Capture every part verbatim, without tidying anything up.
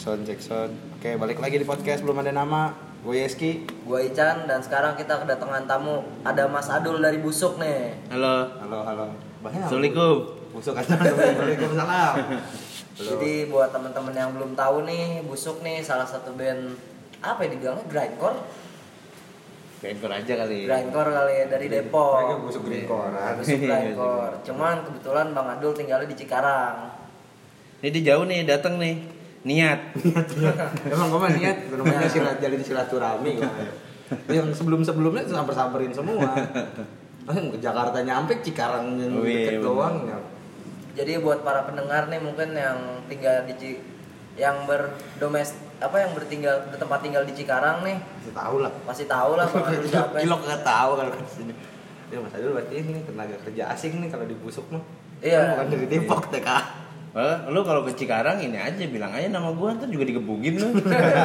Jackson, Jackson. Oke, balik lagi di podcast Belum Ada Nama. Gue Yeski. Gue Ican, dan sekarang kita kedatangan tamu. Ada Mas Adul dari Busuk nih. Halo. Halo, halo. Banyak. Assalamualaikum. Busuk aja. Waalaikumsalam. Jadi buat teman-teman yang belum tahu nih, Busuk nih salah satu band apa ya dibilangnya, grindcore? Grindcore aja kali. Grindcore kali ya, dari Mereka Depok. busuk grindcore. Busuk grindcore. Cuman kebetulan Bang Adul tinggalnya di Cikarang. Ini dia jauh nih, datang nih. Niat. Emang gue mah niat namanya silat jalin silaturahmi. Yang sebelum-sebelumnya samper-samperin semua. Ke Jakarta nyampe Cikarang yang deket doang ya. Jadi buat para pendengar nih mungkin yang tinggal di Ci- yang berdomestik apa yang bertinggal bertempat tinggal di Cikarang nih Pasti tahu lah. pasti tahu lah Bang Adul siapa. Kilo kagak tahu kalau di sini. Ya Mas Adul berarti ini tenaga kerja asing nih kalau di Busuk mah. Iya. Kan bukan dari Depok T K. Well, lu kalau ke Cikarang ini aja bilang aja nama gua, ntar juga digebukin lu.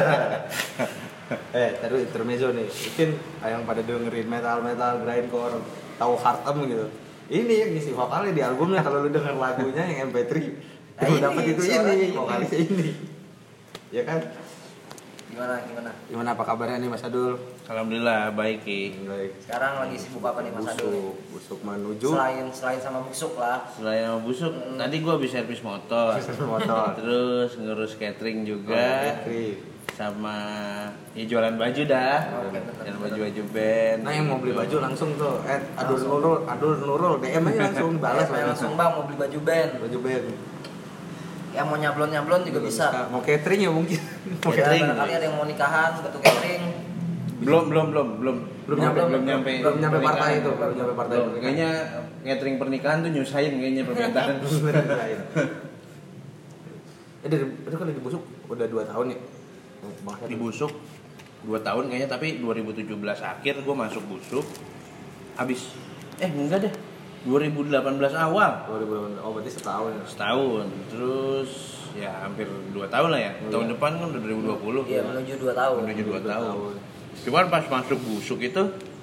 Eh, tadi intermezzo nih. Mungkin yang pada dengerin metal-metal, grindcore, tahu Hartem gitu. Ini yang ngisi vokalnya di albumnya kalau lu denger lagunya yang M P tiga. Nah, Lu ini, dapet itu suaranya ini, ini. vokalisnya ini. Ya kan? Gimana gimana? Gimana apa kabarnya nih Mas Adul? Alhamdulillah baik Ki. Baik. Sekarang lagi sibuk apa nih Mas Adul? Busuk, busuk menuju Selain selain sama Busuk lah. Selain sama busuk, Hmm. tadi gua habis servis motor. motor. Terus ngurus catering juga. Catering. Sama ya jualan baju dah. Oke, bener. Jualan baju-baju band. Nah yang mau beli baju langsung tuh, eh Adul Nurul, Adul Nurul, D M aja langsung balas Balas langsung Bang mau beli baju band. baju band. Yang mau nyablon-nyablon juga bisa. Mau catering ya mungkin. Mau Ya, catering. barangkali ada yang mau nikahan, butuh catering. Belum, belum, belum, belum. Belum nyampe, belum nyampe. belum nyampe partai pernikahan. itu, belum nyampe partai Belum. pernikahan. Kayaknya catering pernikahan tuh nyusahin kayaknya permintaan. Eh dari itu kan di Busuk udah dua tahun ya. Bang Di Busuk dua tahun kayaknya, tapi dua ribu tujuh belas akhir gue masuk Busuk. Habis eh enggak deh, dua ribu delapan belas awal. dua ribu delapan belas. Oh berarti setahun ya. Setahun. Terus ya hampir dua tahun lah ya. Oh, Tahun iya. depan kan udah dua ribu dua puluh. Iya, menuju dua tahun. Menuju dua Dua tahun. tahun. Cuman pas masuk Busuk itu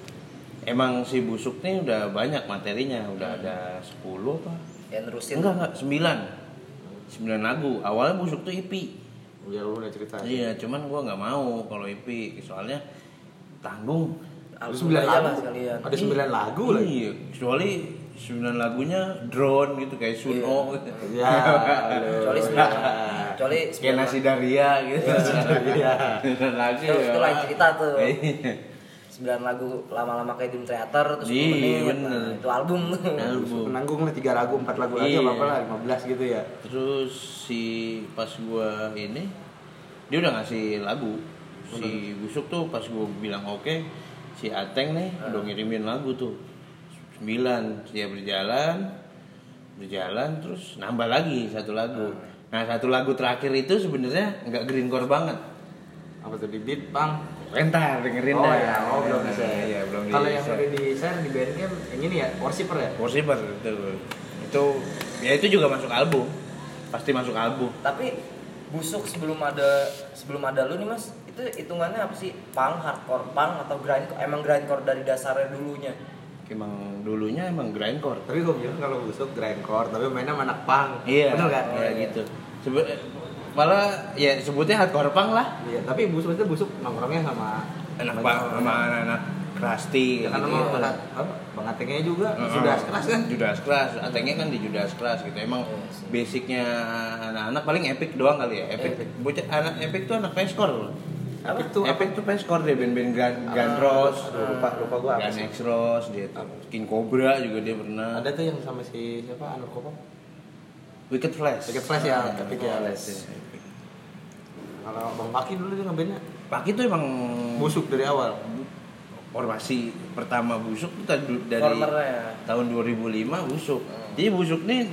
emang si Busuk nih udah banyak materinya, udah ada sepuluh apa? Yang nerusin. Enggak, enggak, sembilan. sembilan lagu. Awalnya Busuk tuh E P. Ya lu udah cerita. Iya, cuman gua nggak mau kalau E P, soalnya tanggung. Ada Album sembilan aja lagu. lah sekalian. Ada sembilan lagu lagi. Iya, kecuali sembilan lagunya drone gitu kayak Suno gitu. Ya. Kecuali sembilan. Kecuali Kayak sembilan. Nasi Daria gitu. Iya. Sembilan lagu. Itu, itu lain cerita tuh. Iya. sembilan lagu lama-lama kayak Dream Theater terus sepuluh Iya, menit. bener. Nah, itu album tuh. Album. Menanggung lah tiga lagu, empat lagu lagi Iya. apa-apa lah, lima belas gitu ya. Terus si pas gua ini dia udah ngasih lagu. Si Busuk tuh pas gua bilang oke, si Ateng nih udah ngirimin lagu tuh. sembilan dia berjalan berjalan terus nambah lagi satu lagu. Nah, satu lagu terakhir itu sebenarnya nggak grindcore banget. Apa tuh di beat, Bang? Rentar dengerin Oh dah. ya, oh belum bisa. Iya, belum Kalau yang bisa. udah di share di Bandcamp yang ini ya, Worshipper ya? Worshipper itu. Itu ya itu juga masuk album. Pasti masuk album. Tapi Busuk sebelum ada sebelum ada lu nih Mas, itu hitungannya apa sih? Punk, hardcore punk atau grindcore? Emang grindcore dari dasarnya dulunya? Emang dulunya emang grindcore. Tapi gue bilang kalau Busuk grindcore, tapi mainnya sama anak punk. Iya. Bener kan? Iya gitu. Sebe- malah ya sebutnya hardcore punk lah. Iya, tapi Busuk itu Busuk nongkrongnya sama Anak banyak punk orang. sama anak-anak Krusty Ya kan gitu. sama ya. Bang apa, Bang Atengnya juga Heeh. sudah keras kan? Judas keras, Atengnya kan di Judas keras gitu. Emang Iya sih. basicnya anak-anak paling Epic doang kali ya. Epic. Epic. Bocah anak Epic tuh anak Pescore loh. Apa tuh? Epic tuh Pescore deh, band-band Gun, Gun Rose, Aduh, lupa lupa gua apa Gun sih? X Rose dia tuh. King Cobra juga dia pernah. Ada tuh yang sama si siapa Anur Kopong? Wicked Flash. Wicked Flash ya, Ah, Epic ya. Flash, ya, Epic. Kalau Bang Paki dulu dia ngebandnya Paki tuh emang Busuk dari awal. formasi pertama Busuk tuh tadi dari Formernya. tahun dua ribu lima Busuk. Hmm. Jadi Busuk nih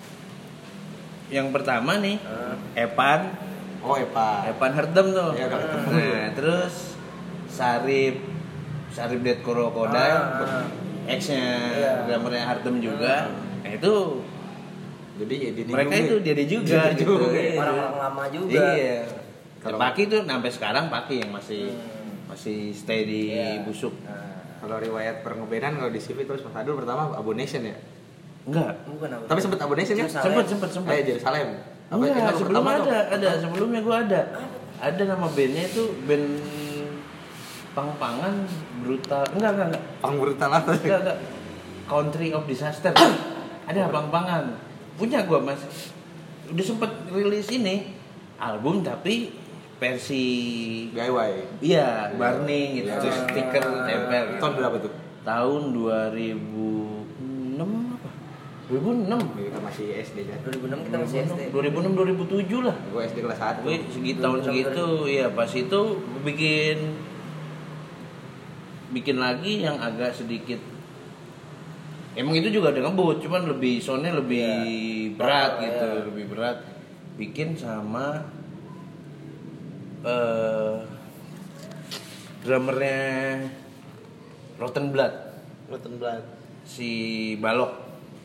yang pertama nih Hmm. Epan, Oh, Epa. Epan Herdem tuh. Iya, udah ketemu. Nah, terus Sarip, Sarip Dead Crocodile, Ah. ex-nya Iya. drummernya Herdem juga. Nah, itu Jadi ya Dini mereka juga. itu dia juga Dini gitu. juga. Iya. Orang-orang lama juga. Iya. Kalau- Paki tuh sampai sekarang Paki yang masih Hmm. masih stay di Iya. Busuk. Nah, Kalau riwayat pengebedan kalau di C V terus Mas Adul pertama Abonation ya. Enggak. bukan apa. Tapi sempet Abonation ya? Jerusalem. Sempet sempet sempet. Eh Jerusalem. Apa Enggak, album sebelum pertama ada, tuh? ada sebelumnya gue ada. Ada nama bandnya itu band pang-pangan brutal. Enggak, enggak, enggak. Pang brutal apa sih? Enggak, enggak. Country of Disaster. Ada pang-pangan. Punya gue mas. Udah sempet rilis ini album tapi versi D I Y. iya, burning gitu, Iya. terus stiker tempel. Tahun berapa tuh? Tahun dua ribu enam apa? dua ribu enam. Kita masih S D kan. dua ribu enam kita masih S D. dua ribu enam dua ribu tujuh lah. Gue S D kelas satu. Gue segitu tahun segitu, ya pas itu bikin bikin lagi yang agak sedikit. Emang itu juga ada ngebut, cuman lebih soundnya lebih Iya. berat Oh, gitu, iya. lebih berat. Bikin sama eh drummernya Rotten Blood, Rotten Blood. si Balok.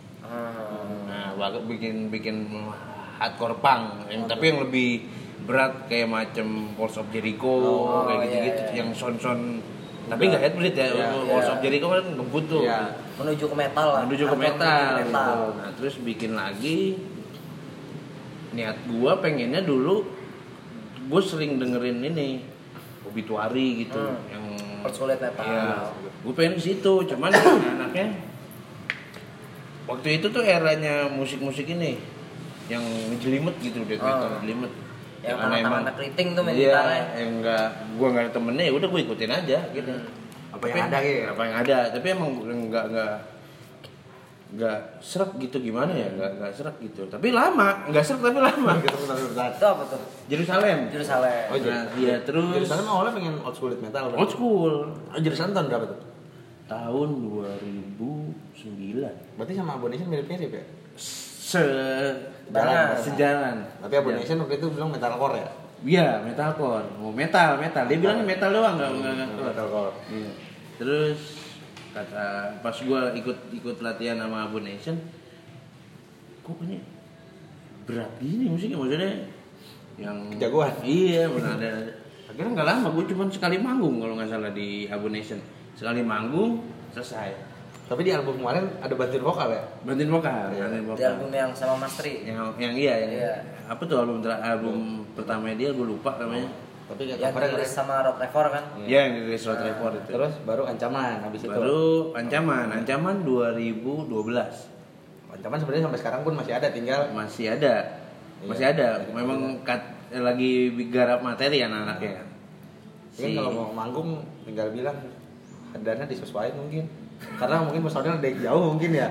Ah. Nah, Balok bikin bikin hardcore punk, yang, tapi yang lebih berat kayak macam Walls of Jericho, Oh, kayak iya, gitu-gitu, iya. yang sound-sound tapi nggak headbreed ya. Iya, Walls iya. of Jericho kan ngebut tuh. Iya. Menuju ke metal lah. Menuju ke Hardcore metal, menuju ke gitu. Nah, terus bikin lagi. Niat gua pengennya dulu gue sering dengerin ini obituari gitu, Hmm. yang Persulit metal. Iya, gue pengen ke situ, cuman anaknya waktu itu tuh eranya musik-musik ini yang jelimet gitu, death metal Oh. jelimet. Yang Karena emang- anak-anak keriting tuh main iya, gitarnya. yang enggak, gue nggak ada temennya, ya udah gue ikutin aja gitu. Hmm. Apa yang ada gitu? Apa yang ada, tapi emang enggak enggak enggak serak gitu, gimana ya, enggak enggak serak gitu. Tapi lama, enggak serak tapi lama. Gitu benar-benar. Itu apa tuh? Jerusalem. Jerusalem. Oh, Nah, iya terus Jurusan awalnya pengen old school metal. old school Oh, jurusan tahun berapa tuh? tahun dua ribu sembilan. Berarti sama Abomination mirip-mirip ya? Se Jalan. sejalan. Tapi Abomination waktu itu bilang metalcore ya? Iya, metalcore. Mau metal, metal. Dia bilangnya metal doang, enggak enggak enggak. Metalcore. Iya. Terus kata pas gua ikut ikut latihan sama Abomination, kok ini berat gini musiknya, maksudnya yang Jagoan. Iya, benar ada. Akhirnya nggak lama, gue cuma sekali manggung kalau nggak salah di Abomination. Sekali manggung selesai. Tapi di album kemarin ada bantuin vokal ya? Bantuin vokal, Iya. bantuin Di vokal. album yang sama Mas Tri. Yang yang iya yang Iya. apa tuh album ter- album pertama dia gue lupa namanya. Tapi kayak Yang covernya dirilis keren. sama Rock Revor kan. Iya yang dirilis Road Report itu. Terus baru ancaman habis itu. Baru ancaman, ancaman dua ribu dua belas. Ancaman sebenarnya sampai sekarang pun masih ada, tinggal Masih ada. Masih Iya, ada. masih Memang ada. kat, eh, lagi garap materi anak-anaknya. Mungkin kalau mau manggung tinggal bilang dana disesuaikan mungkin. Karena mungkin personil ada yang jauh mungkin ya.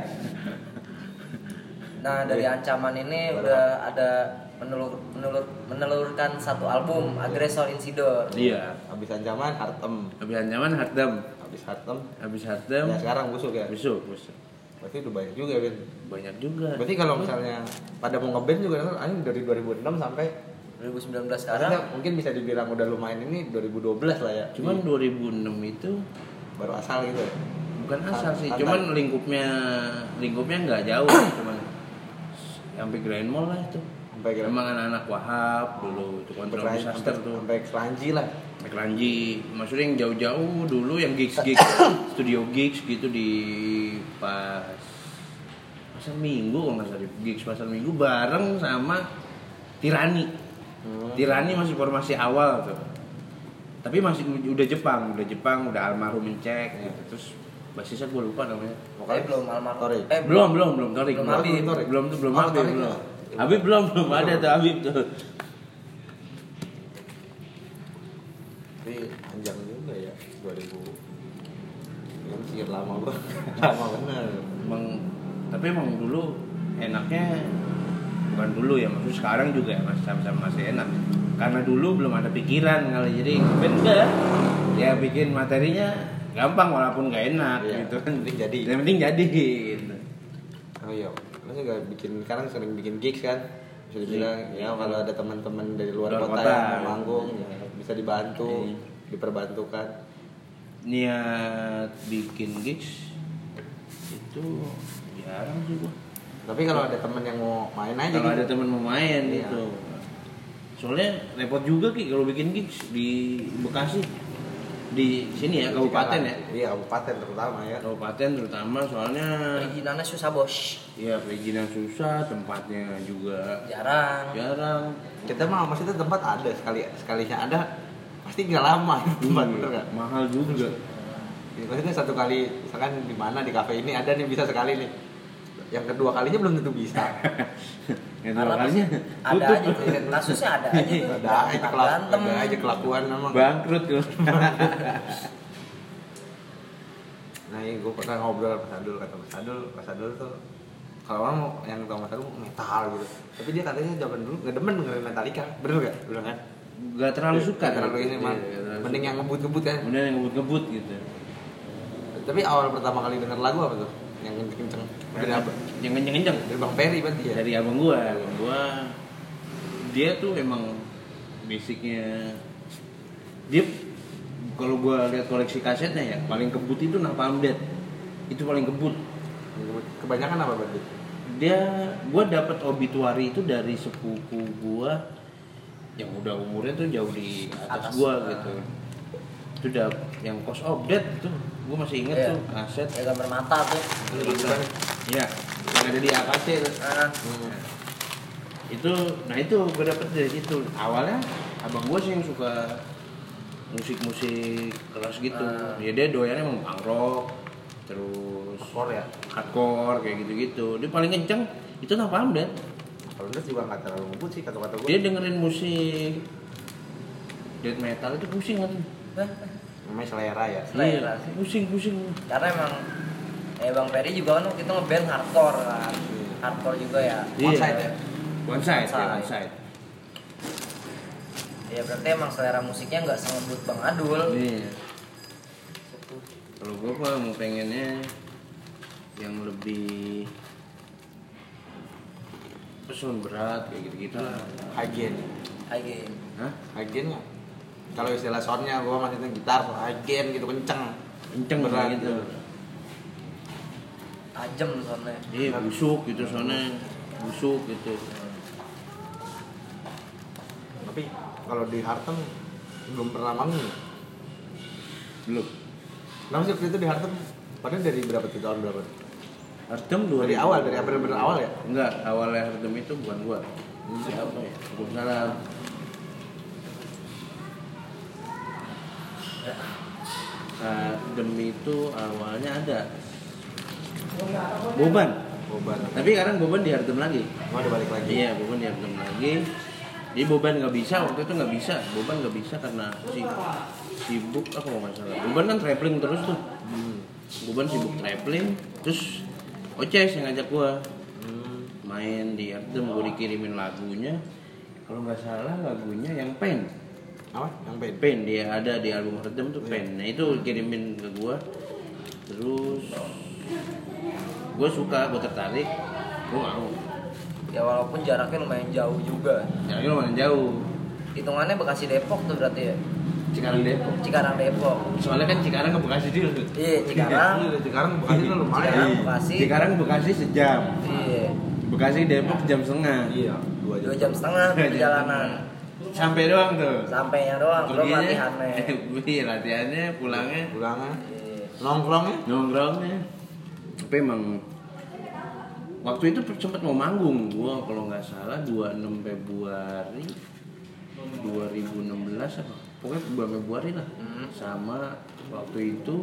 Nah, dari Iya. ancaman ini udah ada menelur, menelur, menelurkan satu album Aggressor Insidor. Iya. Habis ancaman Hartem, Habis ancaman Hardem. habis Hartem. Habis Hardem. Ya sekarang busuk ya. Besok, besok. Berarti udah banyak juga Ben. Banyak juga. Berarti kalau misalnya pada mau ngeband juga kan dari dua ribu enam sampai dua ribu sembilan belas maksudnya sekarang. mungkin bisa dibilang udah lumayan ini dua ribu dua belas lah ya. Cuman dua ribu enam itu baru asal gitu ya. bukan asal sih, Santai. cuman lingkupnya lingkupnya nggak jauh, cuman sampai Grand Mall lah itu. Sampai kira Emang anak-anak Wahab dulu itu sampai kontrol Keranji- disaster sampai- tuh. sampai Keranji lah. Sampai Keranji, maksudnya yang jauh-jauh dulu yang gigs-gigs, studio gigs gitu di pas pasar Minggu kalau nggak salah, di gigs pasar Minggu bareng sama Tirani. Hmm. Tirani masih formasi awal tuh. Tapi masih udah Jepang, udah Jepang, udah almarhum Mencek gitu. Terus basisnya gue lupa namanya. Eh belum almarhum. Torik. Eh Belum, belum, belum Torik. Belum Belum, Habib. belum, belum tuh belum Oh, Habib Torik belum. ya. Habib belum, belum ada tuh Habib tuh. Tapi panjang juga ya dua ribu. Ini sih lama banget. Lama bener. Emang tapi emang dulu enaknya bukan dulu ya, maksud sekarang juga ya masih sama-sama masih enak. Karena dulu belum ada pikiran kali, jadi band enggak ya bikin materinya gampang walaupun gak enak Iya, gitu kan. yang penting jadi. Yang penting jadi gitu. Oh iya, lu juga bikin sekarang sering bikin gigs kan? Bisa dibilang ya kalau ada teman-teman dari luar, Luar kota, kota. yang mau manggung ya bisa dibantu, Iya. diperbantukan. Niat bikin gigs itu jarang sih gua. Tapi kalau ada teman yang mau main aja Kalau gitu. ada teman mau main Iya. gitu. Soalnya repot juga Ki kalau bikin gigs di Bekasi. di sini ya, kabupaten ya. Iya, kabupaten terutama ya. Kabupaten terutama soalnya Perizinannya susah bos. iya perizinan susah, tempatnya juga Jarang. jarang. Kita mah maksudnya tempat ada sekali sekalinya ada pasti nggak lama tempat Iya, bener nggak? mahal juga. Ya, maksudnya satu kali misalkan di mana di kafe ini ada nih bisa sekali nih. Yang kedua kalinya belum tentu bisa. Yang Karena dua kalinya ada tutup. aja tuh, kasusnya ada aja tuh. Ada aja kelak, Berantem. ada aja kelakuan memang. Bangkrut tuh. Nah, ini gue pernah ngobrol sama Mas Adul, kata Mas Adul, Mas Adul tuh kalau orang mau yang tau Mas Adul metal gitu. Tapi dia katanya zaman dulu nggak demen dengerin Metallica, bener nggak? Bilang kan? Gak terlalu suka. Nggak terlalu ini mah. Iya, terlalu Mending suka. yang ngebut-ngebut kan. Kemudian yang ngebut-ngebut gitu. Tapi awal pertama kali denger lagu apa tuh? Yang kenceng-kenceng. Dari apa? Yang kenceng-kenceng. Dari Bang Peri berarti ya? Dari abang gua, abang gua dia tuh emang basicnya dia kalau gua lihat koleksi kasetnya ya paling kebut itu Napalm Death. Itu paling kebut. Kebanyakan apa berarti? Dia gua dapat obituary itu dari sepupu gua yang udah umurnya tuh jauh di atas, Atas, gua uh. gitu. Itu udah yang Cause of Death itu gua masih inget Iya. tuh kaset. Ya gambar mata tuh. Iya, yang ada di A K C tuh. Ah, Hmm. Itu nah itu gue dapet dari situ awalnya abang gue sih yang suka musik-musik keras gitu Ah. ya dia doyannya emang punk rock terus Hardcore ya? hardcore kayak gitu-gitu dia paling kenceng itu Napalm Death. Kalau udah juga nggak terlalu ngebut sih kata-kata gue. Dia dengerin musik death metal itu pusing kan. Namanya selera ya. Selera Iya, sih. pusing-pusing. Karena emang eh Bang Peri juga kan waktu itu ngeband hardcore kan. Iya. Hardcore juga ya. Iya. Onside ya? One side, One ya, side. one side. Ya berarti emang selera musiknya nggak sengebut Bang Adul. Iya. Kalau gue mah mau pengennya yang lebih pesun berat kayak gitu-gitu lah. Hagen. Again. Hah? Hagen nggak? Kalau istilah soundnya gue maksudnya gitar, hagen gitu kenceng. Kenceng Berat gitu. Tajem soalnya. Iya, busuk gitu soalnya. Busuk gitu. Tapi kalau di Hartem belum pernah manggung. ya? Belum. Kenapa sih waktu itu di Hartem? Padahal dari berapa tuh tahun berapa? Hartem dua Dari awal, dari April bener awal ya? Enggak, awalnya Hartem itu bukan gua. Siapa ya? Gua salah. Hartem itu awalnya ada Boban. Boban. Tapi sekarang Boban di Hartem lagi. Mau udah balik lagi. Iya, Boban di Hartem lagi. Jadi Boban nggak bisa waktu itu nggak bisa. Boban nggak bisa karena si sibuk apa kalau nggak salah. Boban kan traveling terus tuh. Hmm. Boban sibuk traveling, terus Oces yang ngajak gua Hmm. main di Hartem, gua dikirimin lagunya. Kalau nggak salah lagunya yang Pen. Apa? Yang band? Pen dia ada di album Hartem tuh Iya. Pen. Nah itu kirimin ke gua. Terus gua suka, gua tertarik, gua mau. Ya walaupun jaraknya lumayan jauh juga. Jaraknya lumayan jauh. Hitungannya Bekasi Depok tuh berarti ya. Cikarang Depok. Cikarang Depok. Soalnya kan Cikarang ke Bekasi dulu. Iya, Cikarang. Iya, dari Cikarang ke Bekasi tuh lumayan. Cikarang Bekasi. Cikarang ke Bekasi sejam. Iya. Bekasi Depok jam setengah. Iya, dua jam. Dua jam setengah Dua jam perjalanan. Sampai doang tuh. Sampainya doang, belum Perginya- latihannya. Iya, latihannya, pulangnya, Pulangnya, Iya. nongkrongnya. nongkrongnya. Tapi emang waktu itu sempat mau manggung gua kalau nggak salah dua puluh enam Februari dua ribu enam belas apa pokoknya bulan Februari lah. Hmm. Sama waktu itu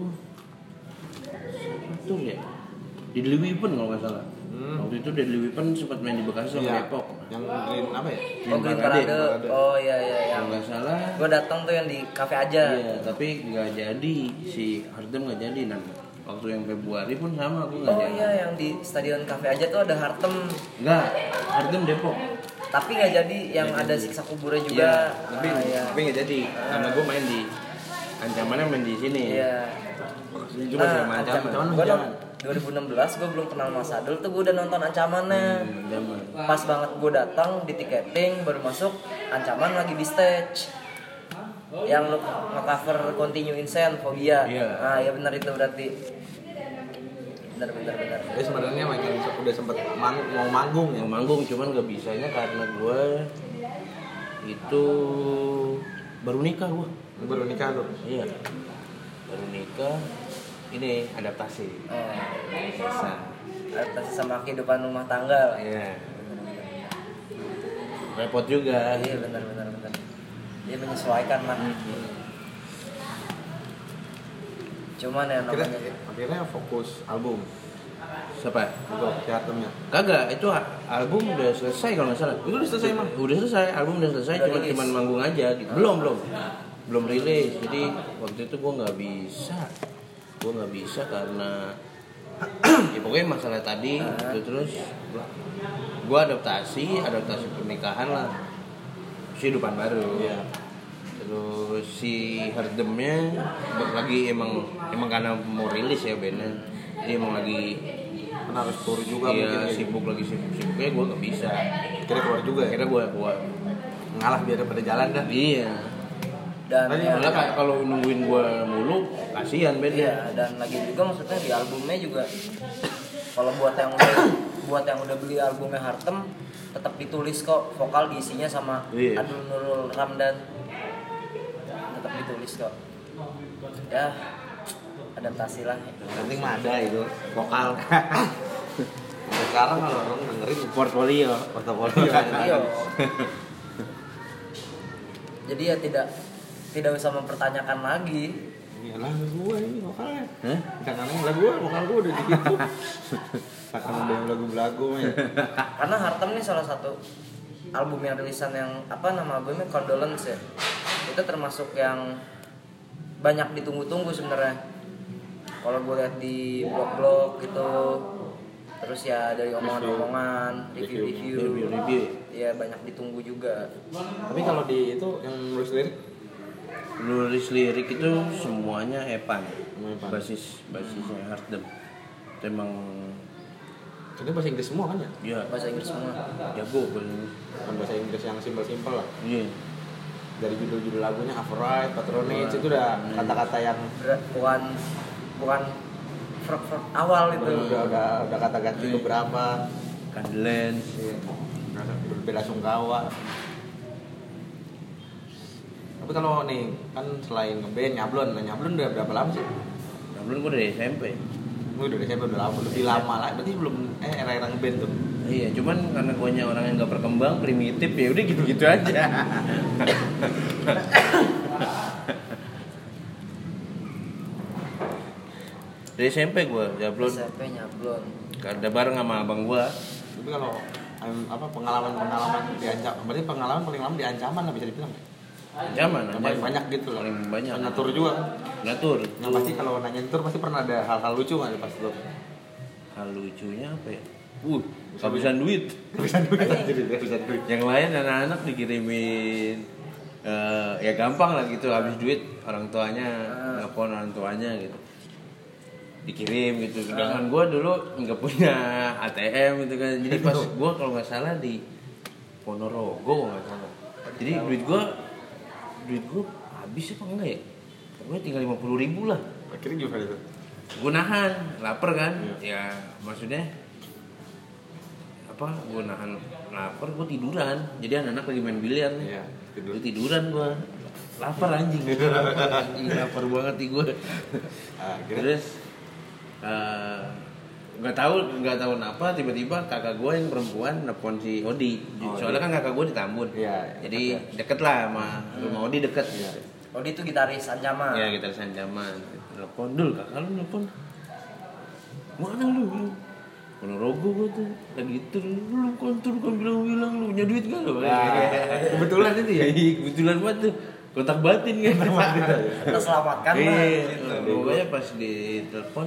satu ya di Deadly Weapon kalau nggak salah. Hmm. Waktu itu Deadly Weapon sempat main di Bekasi sama Iya. Depok. Yang green apa ya? Oh, Green Parade. Parade. Parade. Oh iya iya Kalau yang nggak salah. gua datang tuh yang di kafe aja. Iya, tapi nggak jadi si Hartem nggak jadi dan waktu yang Februari pun sama aku nggak Oh jadi. iya yang di stadion kafe aja tuh ada Hartem. Nggak, Hartem Depok. Tapi nggak jadi yang Nggak ada jadi. siksa kuburnya Iya, juga. tapi Ah, iya. tapi nggak jadi karena gue main di ancamannya main di sini. Iya. Ini cuma sama Nah, ancaman. ancaman. Gua jangan. dua ribu enam belas gue belum kenal Mas Adul tuh gue udah nonton ancamannya. Hmm, ancaman. Pas banget gue datang di tiketing baru masuk ancaman lagi di stage. Yang lu nge-cover Continue Insane Phobia. Iya. Nah, ya benar itu berarti. Benar benar benar. Dia sebenarnya makin udah sempet mang- mau manggung ya. Mau manggung cuman nggak bisanya karena gue itu baru nikah gue. Baru nikah lu? Iya. Baru nikah. Ini adaptasi. Oh. Bisa. Adaptasi sama kehidupan rumah tangga lah. Iya. Repot juga. Iya benar benar benar. Dia menyesuaikan lah. Hmm. Cuman ya Akhirnya, namanya akhirnya fokus album. Siapa? Untuk teaternya. Kagak, itu album udah selesai kalau nggak salah. Itu udah selesai mah? Udah selesai, album udah selesai, Udah cuma rilis. cuman manggung aja gitu. Belum, belum. Belum rilis. Jadi waktu itu gua nggak bisa. Gua nggak bisa karena ya pokoknya masalah tadi gitu, terus gua adaptasi, adaptasi pernikahan lah. Kehidupan baru. Iya. Terus si Herdemnya lagi emang emang karena mau rilis ya bandnya. Dia emang lagi Kan harus tour juga iya, mungkin. sibuk lagi sibuk sibuknya gue nggak bisa. Kira keluar juga ya. Akhirnya gue gue Ngalah biar pada jalan dah. iya. dan Tadi ya, Malah kayak kalau nungguin gue mulu kasihan bandnya. iya dan lagi juga maksudnya di albumnya juga kalau buat yang udah buat yang udah beli albumnya Hartem tetap ditulis kok vokal diisinya sama Iya. Adul Nurul Ramdan, tetap ditulis kok ya adaptasi lah. Penting mah ada itu vokal. Sekarang kalau orang dengerin Portfolio. portofolio. Iya. Jadi ya tidak tidak usah mempertanyakan lagi. Iya lah gua ini vokalnya. Hah? Jangan lah gua vokal gua udah di situ. Takkan ada lagu-lagu mah ya. Karena Hartem nih salah satu album yang rilisan yang apa nama albumnya Condolence ya. Itu termasuk yang banyak ditunggu-tunggu sebenarnya. Kalau gue lihat di blog-blog gitu, terus ya dari omongan-omongan, review-review, Review-review. ya banyak ditunggu juga. Tapi kalau di itu yang nulis lirik Nulis lirik itu semuanya Epan. Semua Epan. Basis basisnya Hardem. Itu emang ini bahasa Inggris semua kan ya? ya Bahasa Inggris semua. jago paling. Bukan bahasa Inggris yang simpel-simpel lah. Iya. Dari judul-judul lagunya Favorite, Patronage itu udah kata-kata yang Ber- Bukan bukan verb-verb awal itu. udah udah udah kata ganti beberapa. Kandlens. Iya. Berbela sungkawa. Tapi kalau nih kan selain ngeband nyablon, nah nyablon udah berapa lama sih? Nah, belum gue dari S M P. Lu udah SMP udah lama, lebih lama lah. Berarti belum eh era-era ngeband tuh. Iya, cuman karena guanya orang yang nggak berkembang, primitif ya udah gitu-gitu aja. Dari S M P gue jablon, S M P nyablon. ada bareng sama abang gue. Tapi kalau em, apa pengalaman-pengalaman diancam, berarti pengalaman paling lama di ancaman lah bisa dibilang. Ancaman, Yang paling banyak gitu lah. Paling banyak. Nyatur juga kan. Ngatur. Nah pasti kalau nanya tur pasti pernah ada hal-hal lucu nggak pas lu? Hal lucunya apa ya? Uh, kehabisan duit. Bisa duit jadi bisa duit. Yang lain anak-anak dikirimin eh, ya gampang lah gitu, habis duit orang tuanya nelfon orang tuanya gitu, dikirim gitu. Sedangkan gue dulu nggak punya A T M gitu kan, jadi pas gue kalau nggak salah di Ponorogo kalau nggak salah, jadi duit gue duit gue habis apa enggak ya? Pokoknya tinggal lima puluh ribu lah. Akhirnya gimana itu? Gue nahan, lapar kan? Ya maksudnya apa? Gue nahan lapar, gue tiduran. Jadi anak-anak lagi main biliar nih. Iya, tidur. Gue tiduran gue. Lapar anjing. Anjing lapar banget nih gue. Ah, akhirnya Terus eh, nggak tahu nggak tahu kenapa tiba-tiba kakak gue yang perempuan nelfon si Odi. Oh, Soalnya iya. kan kakak gue di Tambun. Iya, Jadi deket deket lah sama rumah Odi, deket. Iya. Oh dia tuh gitaris ancaman. Ya kita sanjaman. Telepon dulu kakak lu telepon. Mana lu? Ponorogo gua tuh lagi tur lu kantor kan bilang-bilang lu punya duit gak lu? kebetulan itu ya. Iya, kebetulan banget tuh. Kontak batin kan. Kita selamatkan lah. Iya, Gitu. pokoknya pas ditelepon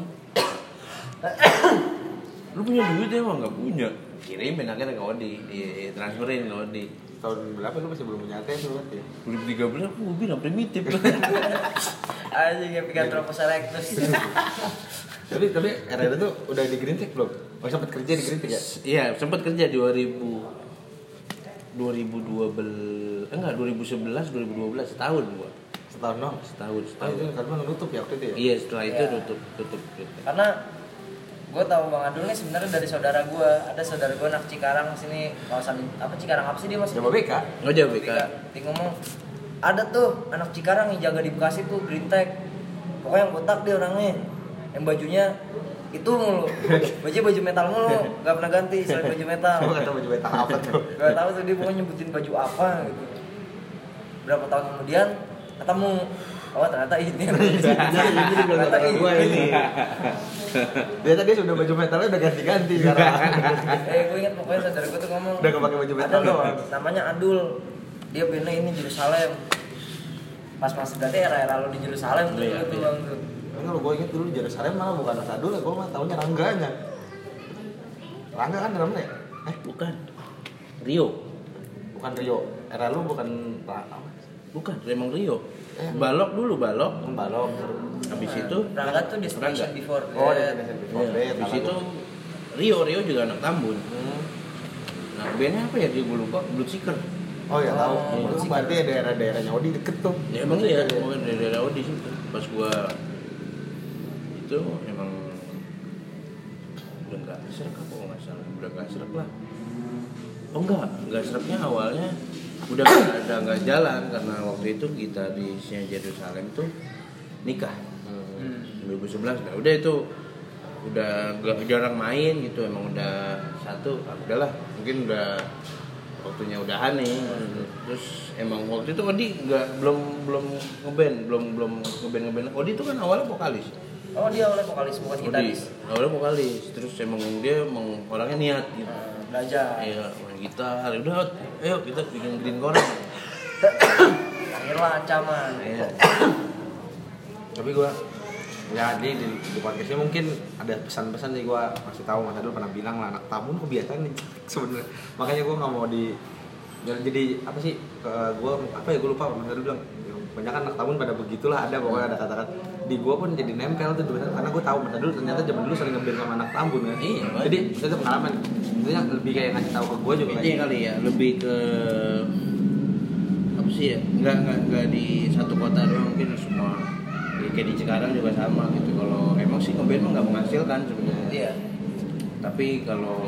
lu punya duit emang nggak punya? Kirimin akhirnya ke Odi, di transferin ke Odi. Tahun berapa lu masih belum punya A T M lu berarti? dua ribu tiga belas aku bilang primitif. Anjing ya Picanthropus erectus. Tapi tapi era itu tuh udah di Green Tech belum? Oh sempat kerja di Green Tech ya? Iya, sempat kerja dua ribu dua ribu dua belas, enggak dua ribu sebelas dua ribu dua belas setahun gua. Setahun dong. Setahun, Oh setahun. itu karena nutup ya waktu itu ya? Iya, setelah itu Iya. tutup tutup gitu. Karena gue tahu Bang Adul nih sebenarnya dari saudara gue. Ada saudara gue anak Cikarang sini, kawasan apa Cikarang apa sih dia mas? Jababeka. Oh, jauh B K. Dia ngomong ada tuh anak Cikarang yang jaga di Bekasi tuh Green Tech. Pokoknya yang botak dia orangnya. Yang bajunya itu mulu. Baju baju metal mulu, enggak pernah ganti selain baju metal. Gua enggak tahu baju metal apa tuh. Enggak tahu tuh dia pokoknya nyebutin baju apa gitu. Berapa tahun kemudian ketemu, oh ternyata ini. Jadi belum kata gua ini. Dia tadi sudah baju metalnya udah ganti-ganti sekarang. Eh gue ingat pokoknya saudara gue tuh ngomong. Udah kepake baju metal doang. Namanya Adul. Dia bandnya ini Jerusalem. Pas masih berarti era-era lo di Jerusalem tuh iya, tuh iya. bang tuh. Kalau gue inget dulu Jerusalem malah bukan Adul ya, gue mah taunya Rangganya. Rangga kan dalamnya ya? Eh bukan. Rio. Bukan Rio. Era lu bukan apa? Bukan, emang Rio. Eh, Balok dulu, Balok. Balok. Habis itu Rangga tuh Destination Rangga. Before Oh, Death. Destination Before Iya, Death. habis itu Rio, Rio juga anak Tambun. Hmm. Nah, bandnya apa ya dia gue lupa, Bloodseeker. Oh ya tahu. Oh, Itu Bloodseeker. berarti daerah-daerahnya Odi deket tuh. Ya emang iya, pokoknya dari daerah Odi situ. Pas gua itu emang udah nggak serak apa nggak salah, udah nggak serak lah. Oh enggak, nggak seraknya awalnya udah nggak ada nggak jalan karena waktu itu kita di Jerusalem tuh nikah Hmm. dua ribu sebelas. Nah udah itu udah nggak jarang main gitu, emang udah satu, ah, udahlah mungkin udah waktunya udahan nih. Terus emang waktu itu Odi nggak belum belum ngeband belum belum ngeband ngeband Odi itu kan awalnya vokalis. Oh dia awalnya vokalis bukan Odi gitaris. awalnya vokalis, terus emang dia emang orangnya niat gitu. Nah, belajar. Iya main gitar, udah ayo kita bikin green koran. Akhirlah ancaman. Iya. Tapi gue ya di, di, di podcastnya mungkin ada pesan-pesan sih gue masih tahu. Mas Adul pernah bilang lah anak Tambun kebiasaan nih sebenarnya, makanya gue nggak mau di jadi apa sih ke gue apa ya gue lupa. Mas Adul bilang banyak kan anak Tambun pada begitulah, ada pokoknya ada kata-kata di gue pun jadi nempel tuh karena gue tahu Mas Adul ternyata zaman dulu sering ngeband sama anak Tambun kan. Iya, jadi itu pengalaman itu yang lebih kayak ngasih tahu ke gue juga Ini kali ya lebih ke apa sih ya, nggak nggak nggak di satu kota doang, mungkin semua ya, kayak di Cikarang juga sama gitu. Kalau emang sih ngeband mah nggak menghasilkan sebenarnya. Iya. Tapi kalau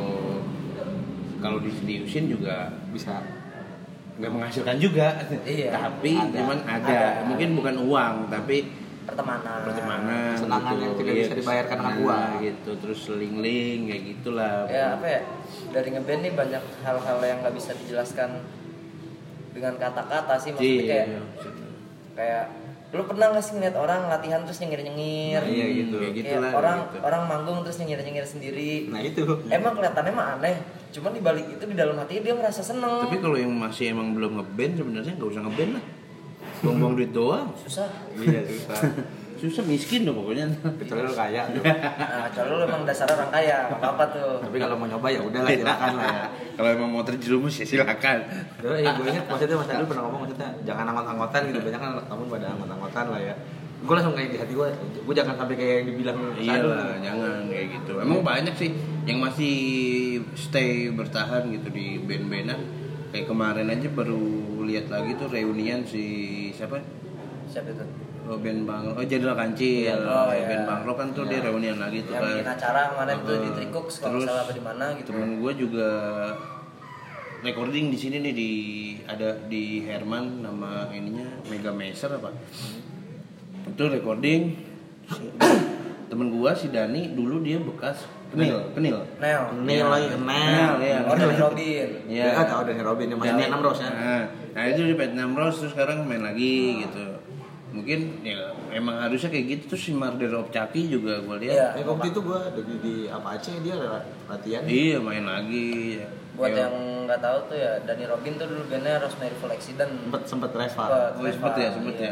kalau diseriusin juga bisa nggak menghasilkan juga. Iya. Tapi Ada. cuman ada. Ada. mungkin bukan uang tapi Pertemanan. pertemanan, Kesenangan gitu. yang tidak Iya, bisa dibayarkan dengan nah, uang. gitu. Terus seling-ling kayak gitulah. Ya apa ya, dari ngeband nih banyak hal-hal yang nggak bisa dijelaskan dengan kata-kata sih, maksudnya Iya, kayak iya. kayak lu pernah nggak sih ngeliat orang latihan terus nyengir-nyengir? Nah, iya gitu. Kayak Kayak gitulah, orang gitu. orang manggung terus nyengir-nyengir sendiri. nah itu Emang kelihatannya mah aneh, cuman di balik itu di dalam hatinya dia merasa seneng. Tapi kalau yang masih emang belum ngeband sebenarnya nggak usah ngeband lah. Buang-buang duit doang. Susah. iya susah. Susah miskin dong pokoknya. Kecuali lu kaya tuh. Nah, kecuali lu emang dasarnya orang kaya, nggak apa-apa tuh. Tapi kalau mau nyoba ya udahlah silakan lah ya. Kalau emang mau terjerumus ya silakan. Dulu ya gue ingat maksudnya Mas Adul pernah ngomong maksudnya jangan anggot-anggotan gitu, banyak kan anak Tambun pada anggot-anggotan lah ya. Gue langsung kayak di hati gue, gue jangan sampai kayak yang dibilang Mas Iya Adul. lah, jangan kayak gitu. Emang banyak sih yang masih stay bertahan gitu di band-bandan. Kayak kemarin aja baru lihat lagi tuh reunian si siapa? Siapa itu? Oh, band Bang, oh Jenderal Kancil. Oh, iya. Band Bang Rock kan tuh dia reunian lagi tuh Yang kan. bikin acara kemarin tuh di Uh, Trikux kalau terus nggak salah apa di mana gitu. Temen gue juga recording di sini nih di ada di Herman nama ininya Mega Meser apa. Itu recording temen gue si Dani dulu dia bekas penil, penil. Nel. Nel lagi, Nel. ya. Oh dari Robin. Iya. Ya tahu dari Robin yang main enam Rose ya. Nah, nah itu di Vietnam Rose terus sekarang main lagi gitu. Mungkin ya emang harusnya kayak gitu. Terus si Marder of Chucky juga gue lihat. Ya waktu itu gue di, di apa aja dia latihan. Iya main lagi. Buat Ya. yang nggak tahu tuh ya, Dani Robin tuh dulu bandnya Rosemary Full Accident. Sempet sempet Reva. Oh, sempet ya, sempet Iya. ya.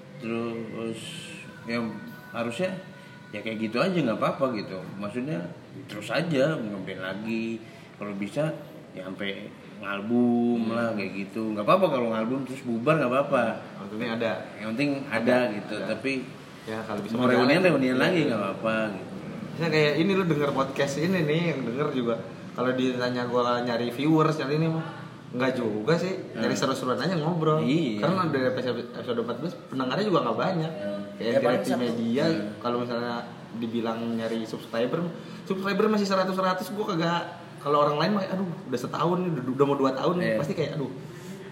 Terus ya harusnya ya kayak gitu aja nggak apa-apa gitu. Maksudnya terus aja ngeband lagi. Kalau bisa ya sampai ngalbum lah kayak gitu. Nggak apa-apa kalau ngalbum terus bubar nggak apa-apa. Maksudnya ada. Yang penting ada gitu. Ada. Tapi Ya kalau bisa mau berjalan. reunian reunian lagi nggak apa-apa gitu. Misalnya kayak ini lu denger podcast ini nih, yang denger juga kalau ditanya gua nyari viewers nyari ini mah enggak juga sih, nyari Hmm. seru-seruan aja ngobrol. Iya. Karena dari episode, episode empat belas pendengarnya juga nggak banyak. Hmm. Kayak Ya, paling di satu. media Hmm. kalau misalnya dibilang nyari subscriber, subscriber masih seratus seratus gua kagak. Kalau orang lain mah aduh udah setahun nih, udah, udah mau dua tahun nih, Iya. pasti kayak aduh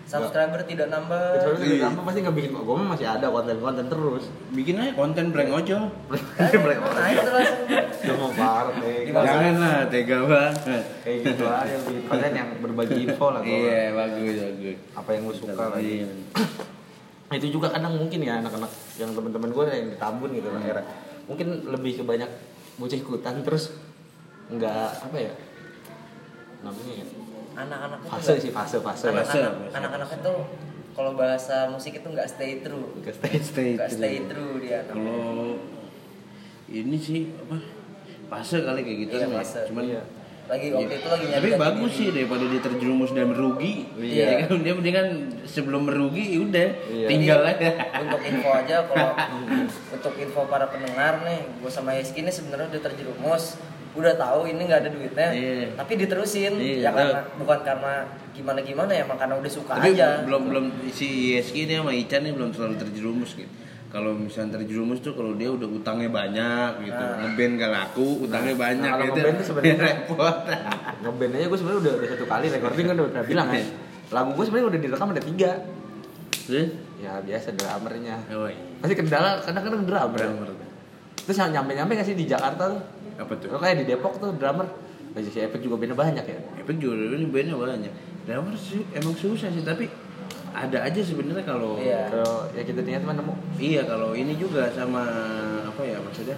subscriber tidak nambah. Kecuali Iya. tidak nambah pasti nggak bikin. Gue mah masih ada konten-konten terus. Bikin aja konten prank ojol. Nah itu langsung Udah mau parah kayak gitu. Gimana? Jangan lah, tega banget. Kayak gitu aja bikin konten yang berbagi info lah. gua. Iya, bagus, bagus. Apa yang gue suka lagi. Iya. Itu juga kadang mungkin ya anak-anak yang teman-teman gue yang di Tambun gitu lah akhirnya. Mungkin lebih ke banyak bocah ikutan terus nggak apa ya namanya ya anak-anak itu fase nggak- sih fase fase ya. Fase. anak-anak anak-anak itu kalau bahasa musik itu nggak stay true. Nggak stay Stay Nggak true. stay true dia. Kalau ini sih apa? Fase kali kayak gitu Iya, kan ya. fase. Cuman Iya. Lagi waktu itu lagi nyari tapi jati bagus diri. sih daripada dia terjerumus dan merugi. Iya. Ya kan dia mendingan sebelum merugi ya udah Iya. tinggal aja. Untuk info aja kalau untuk info para pendengar nih, gue sama Yeski ini sebenarnya udah terjerumus, udah tahu ini nggak ada duitnya, Iya. tapi diterusin Iya, ya karena bukan karena gimana gimana ya, emang karena udah suka Tapi aja. belum belum si Yeski ini sama Ican nih belum terlalu terjerumus gitu. Kalau misalnya terjerumus tuh kalau dia udah utangnya banyak gitu, Nah. ngeband gak laku, utangnya banyak Nah, kalau gitu. ngeband tuh sebenarnya repot. ngeband aja gue sebenarnya udah, udah satu kali recording kan udah pernah bilang kan lagu gue sebenarnya udah direkam ada tiga Terus? ya biasa drummernya Oh, iya. pasti kendala kadang-kadang drummer Drummer. terus yang nyampe-nyampe nggak sih di Jakarta tuh Apa tuh? lo kayak di Depok tuh drummer Baju si Epic juga bandnya banyak ya Epic juga ini bandnya banyak. Drummer sih emang susah sih tapi ada aja sebenarnya kalau Iya. kalau ya kita niat mah nemu Iya kalau ini juga sama apa ya maksudnya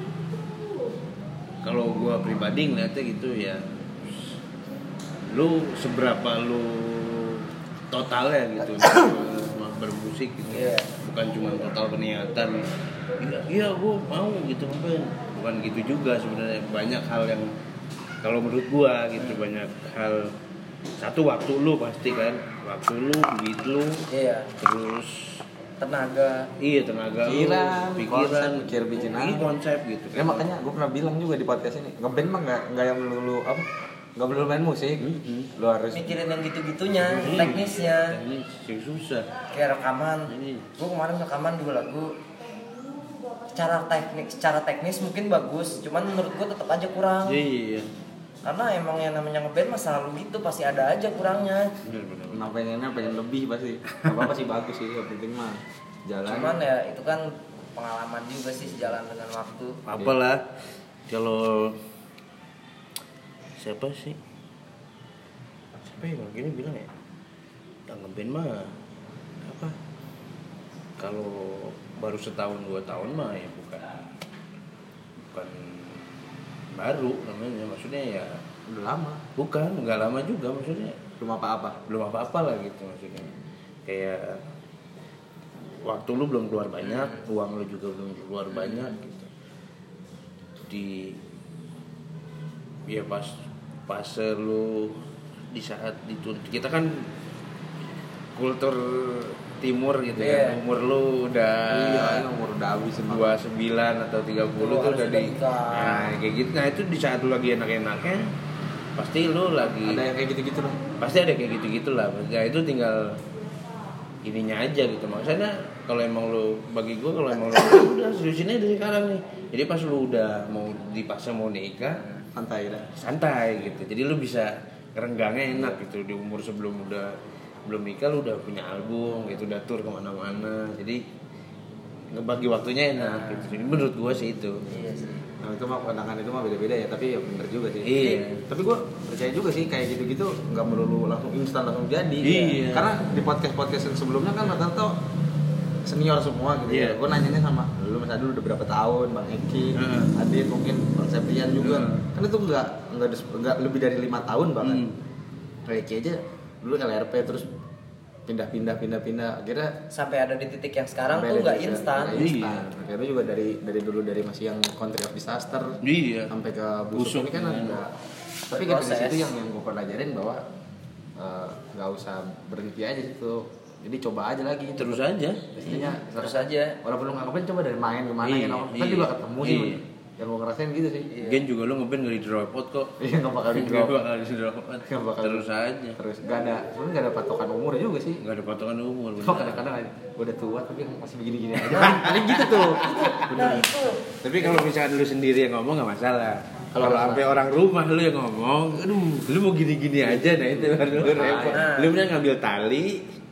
kalau gua pribadi ngeliatnya gitu ya lu seberapa lu totalnya gitu sama bermusik gitu Iya. bukan cuma total peniatan iya iya gua mau gitu ngapain bukan gitu juga sebenarnya banyak hal yang kalau menurut gua gitu banyak hal satu waktu lu pasti kan waktu lu duit lu Iya, terus tenaga. iya tenaga Pikiran, lu, pikiran, konsep, mikir bikin iya, apa. konsep gitu. ya makanya gue pernah bilang juga di podcast ini ngeband mah nggak nggak yang melulu apa nggak melulu main musik Mhm. lu harus Mikirin yang gitu-gitunya, Iya. teknisnya, Ini sih susah. kayak rekaman. Ini Gue kemarin rekaman dua lagu, secara teknik, secara teknis mungkin bagus, cuman menurut gue tetap aja kurang. iya, Karena emang yang namanya ngeband mah selalu gitu, pasti ada aja kurangnya. benar benar. nah pengennya pengen lebih pasti apa apa sih bagus sih yang penting mah jalan Cuman ya itu kan pengalaman juga sih sejalan dengan waktu. Apalah kalau siapa sih? Siapa yang gini bilang ya? Yang ngeband mah apa? Kalau baru setahun dua tahun mah ya bukan bukan baru namanya maksudnya ya udah lama bukan nggak lama juga maksudnya belum apa-apa belum apa-apa lah gitu maksudnya kayak waktu lu belum keluar banyak uang lu juga belum keluar banyak gitu di ya pas pas lu di saat dituntut kita kan kultur timur gitu Iya. ya umur lu udah iya ini umur udah habis emang dua puluh sembilan atau tiga puluh Tuh, tuh harus udah di nikah. nah kayak gitu nah itu di saat lu lagi enak-enaknya pasti lu lagi ada yang kayak gitu-gitu loh pasti ada kayak gitu-gitu lah ya itu tinggal ininya aja gitu maksudnya kalau emang lu bagi gua kalau emang lu udah seriusin aja dari sekarang nih jadi pas lu udah mau dipaksa mau nikah santai dah santai gitu jadi lu bisa ngerenggangnya enak gitu di umur sebelum udah belum nikah lu udah punya album gitu udah tur kemana-mana jadi ngebagi waktunya enak gitu jadi menurut gua sih itu Iya sih. nah itu mah pandangan itu mah beda-beda ya tapi ya bener juga sih Iya. tapi gue percaya juga sih kayak gitu-gitu nggak melulu langsung instan langsung jadi Iya. karena di podcast podcast yang sebelumnya kan rata-rata senior semua gitu Iya. ya gue nanyanya sama lu mas Adul udah berapa tahun bang Eki Heeh. Adit mungkin bang Septian juga Heeh. kan itu nggak nggak des- nggak lebih dari lima tahun bahkan Hmm. kayak Eki aja dulu L R P terus pindah-pindah pindah-pindah akhirnya Sampai ada di titik yang sekarang sampai tuh ada nggak di- instan. nggak instan. Iya. Akhirnya juga dari dari dulu dari masih yang Country of Disaster iya sampai ke Busuk, busuk, ini kan iya. ada tapi kan dari Proses. situ yang yang gue pelajarin bahwa eh, nggak usah berhenti aja situ jadi coba aja lagi terus aja pastinya Terus aja. walaupun lu nggak ngapain coba dari main kemana Iya, ya kan iya, juga ketemu sih iya. yang gue ngerasain gitu sih Iya. Gen juga lu ngeband gak di drop out kok iya nggak bakal di Nggak drop bakal di drop out Nggak bakal. terus aja terus nggak ada sebenarnya nggak ada patokan umur juga sih nggak ada patokan umur Cuma bener. kadang-kadang gue udah tua tapi masih begini-gini aja paling gitu tuh Nah itu Tapi kalau misalkan lu sendiri yang ngomong nggak masalah. Kalau Kalau masalah. sampai orang rumah lu yang ngomong, aduh, lu mau gini-gini aja, nah itu baru lu repot. Nah. Lu udah ngambil tali,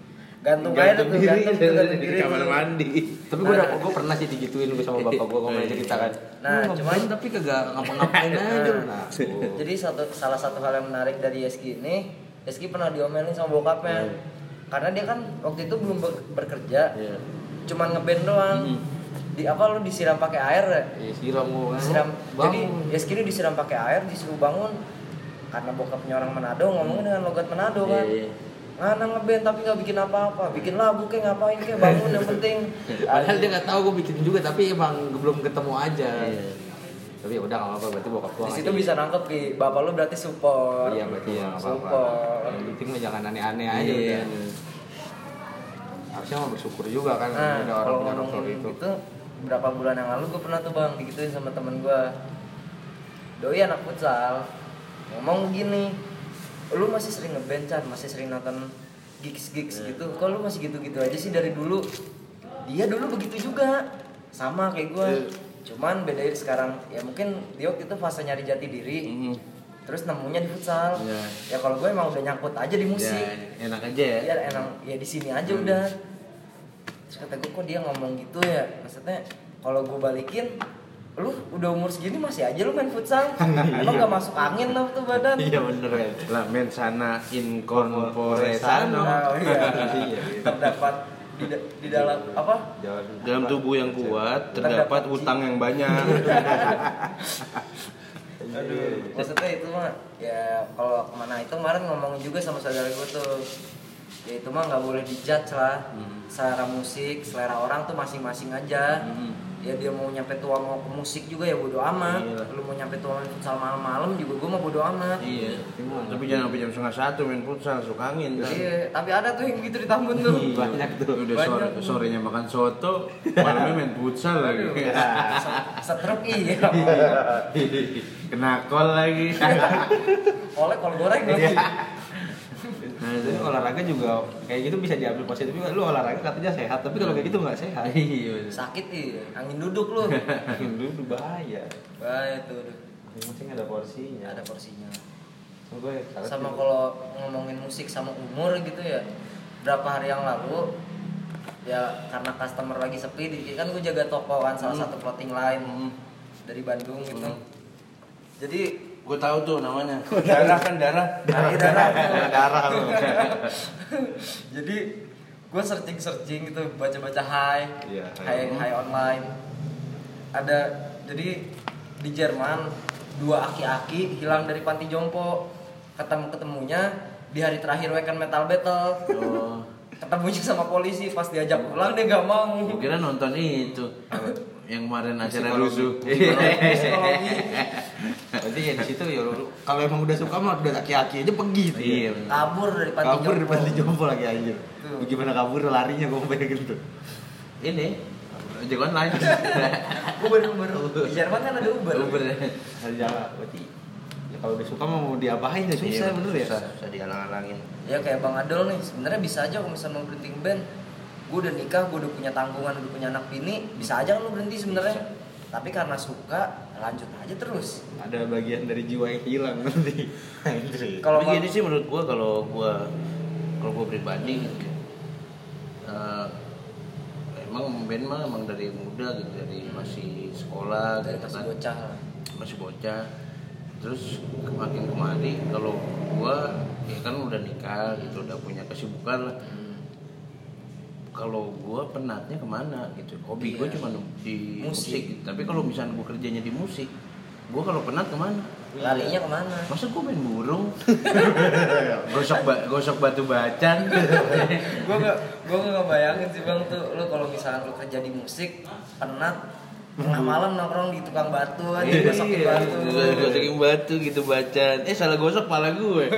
Gantung aja tuh, diri, gantung tuh, gantung di diri kamar tuh. mandi. Tapi gue udah gue pernah sih digituin gue sama bapak gue kalau cerita kan. Nah, Lu cuman ngeband tapi kagak ngapa-ngapain aja. Nah, jadi satu salah satu hal yang menarik dari Yeski ini, Yeski pernah diomelin sama bokapnya. Hmm. Karena dia kan waktu itu belum ber- bekerja. Iya. Cuman ngeband doang. Hmm. Di apa lu disiram pakai air ya? iya siram gue. Disiram. Jadi Bangun. Yeski ini disiram pakai air, disuruh bangun. Karena bokapnya orang Manado ngomongnya dengan logat Manado kan. Iya, iya. Ngana ngeband tapi nggak bikin apa-apa, bikin lagu kayak ngapain kayak bangun yang penting. Padahal dia nggak tahu gue bikin juga tapi emang belum ketemu aja. Iya. Tapi ya udah nggak apa-apa berarti bokap gue. Di situ bisa nangkep ki, bapak lu berarti support. Iya berarti ya nggak apa-apa. Support. Yang penting mah jangan aneh-aneh aja Iya. udah. Harusnya mau bersyukur juga kan Nah, ada orang kalau punya dokter ngomongin itu. itu berapa bulan yang lalu gue pernah tuh bang digituin sama temen gue. Doi anak futsal ngomong gini, lu masih sering ngeband Chan, masih sering nonton gigs-gigs gitu, kok lu masih gitu-gitu aja sih dari dulu? Dia dulu begitu juga, sama kayak gue, cuman bedain sekarang ya mungkin dia waktu itu fase nyari jati diri, Mhm. terus nemunya di futsal. Iya. Ya kalau gue emang udah nyangkut aja di musik. Ya, enak aja ya. Ya emang ya di sini aja Hmm. udah. Terus kata gue kok dia ngomong gitu ya. Maksudnya kalau gue balikin, lu udah umur segini masih aja lu main futsal. Emang gak masuk angin lah tuh badan. Iya bener kan. Lah men sana in corpore sano. Oh iya. Iya, iya. Terdapat di, da- di dalam apa? Jangan Dalam tubuh yang kuat terdapat utang yang banyak. Aduh, maksudnya itu mah ya kalau kemana itu kemarin ngomongin juga sama saudara gue tuh. Ya itu mah nggak boleh dijudge lah. Hmm. Selera musik, selera orang tuh masing-masing aja. Hmm. Ya dia mau nyampe tua mau ke musik juga ya bodo amat. Iya. Lu mau nyampe tua main futsal malam-malam juga gue mah bodo amat. Iya. Tapi jangan sampai jam setengah satu main futsal suka angin. Kan? Iya, tapi ada tuh yang gitu di Tambun tuh. banyak tuh. Udah Banyak sore, tuh. sorenya makan soto, malamnya main futsal lagi. Setruk iya. Kena kol lagi. Oleh kol goreng lagi. Nah, Jadi olahraga juga kayak gitu bisa diambil positif juga. Lu olahraga katanya sehat, tapi kalau kayak gitu nggak sehat. Iya. bener. Sakit iya, angin duduk lu. Dulu bahaya. Bahaya tuh. Yang penting ada porsinya. Ada porsinya. Sama gue salah Sama juga. kalau ngomongin musik sama umur gitu ya, berapa hari yang lalu ya karena customer lagi sepi di kan gue jaga toko kan salah Hmm. satu clothing line Hmm. dari Bandung gitu. Hmm. Jadi Gue tahu tuh namanya. Darah kan darah. dari darah tuh. darah lu. Jadi gue searching searching gitu baca-baca high Iya, high high online ada jadi di Jerman dua aki-aki hilang dari panti jompo ketemu ketemunya di hari terakhir weekend metal battle Oh. ketemunya sama polisi pas diajak pulang dia gak mau. Gue kira nonton itu. Yang kemarin acara Psikologi. rusuh. Psikologi. Berarti ya di situ ya lu kalau emang udah suka mah udah aki-aki aja pergi tuh. Iya. bener. Kabur dari panti Kabur di jompo. panti jompo lagi anjir. Tuh. Gimana kabur larinya gue bayangin tuh. Ini ojek online. Uber Uber di Jerman kan ada Uber. Uber ya. Hari jalan berarti ya kalau udah suka mah mau diapain ya susah bener ya. Susah, susah dihalang-halangin. Ya kayak Bang Adol nih, sebenarnya bisa aja kalau misalnya mau berhenti band. Gue udah nikah, gue udah punya tanggungan, udah punya anak bini, bisa aja kan lu berhenti sebenarnya. Tapi karena suka, lanjut aja terus. Ada bagian dari jiwa yang hilang nanti. Anjir. Kalau Tapi gini sih menurut gua kalau gua kalau gua pribadi gitu. eh, emang band mah emang dari muda gitu, dari masih sekolah dari gitu masih kan. bocah lah. Masih bocah. Terus makin kemari kalau gua ya kan udah nikah gitu, udah punya kesibukan lah. Kalau gua penatnya kemana gitu, hobi gua Iya. cuma di Musik. musik, gitu. Tapi kalau misalnya gua kerjanya di musik, gua kalau penat kemana? Larinya kemana? Masa gue main burung? gosok ba- gosok batu bacan. Gue gak, gue gak bayangin sih Bang tuh, lu kalau misalnya lu kerja di musik, penat, tengah malam nongkrong di tukang batu aja, gosokin batu. Gosokin batu gitu bacan. Eh salah gosok pala gue.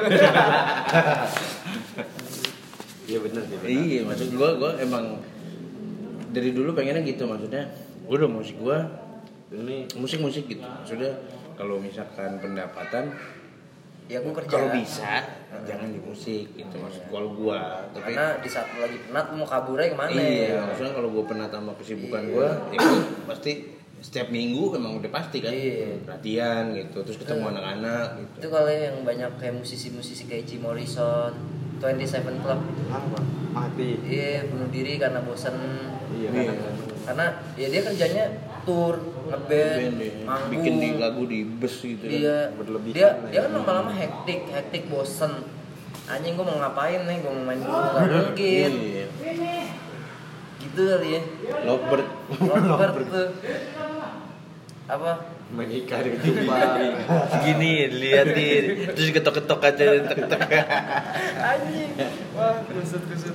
Iya bener sih. bener. Iya, maksud gue, gue emang dari dulu pengennya gitu, maksudnya gue udah musik gue ini musik-musik gitu. Maksudnya kalau misalkan pendapatan Ya gue kerja. kalau bisa jangan di musik gitu maksud kalau gue. Tapi Karena di saat lu lagi penat, lu mau kaburnya kemana? iya, maksudnya kalau gue penat sama kesibukan gue, ya gue pasti setiap minggu emang udah pasti kan Iya. latihan gitu, terus ketemu Iya. anak-anak gitu. Itu kalau yang banyak kayak musisi-musisi kayak Jim Morrison, twenty-seven Club. Apa? Mati. Iya, bunuh diri karena bosan. Iya Iya. kan. Karena ya dia kerjanya tour, ngeband, Band, ya. manggung. Bikin di lagu di bus gitu kan. Iya. Berlebihan Dia lah dia ya. kan lama-lama hektik, hektik bosen. Anjing gua mau ngapain nih? Gua mau main dulu nggak mungkin. Iya. Gitu kali ya. Lovebird. Lovebird tuh. Apa? Main ikan di ketimpa. Segini diliatin, terus ketok-ketok aja tek-tek. Anjing. Wah, kusut-kusut.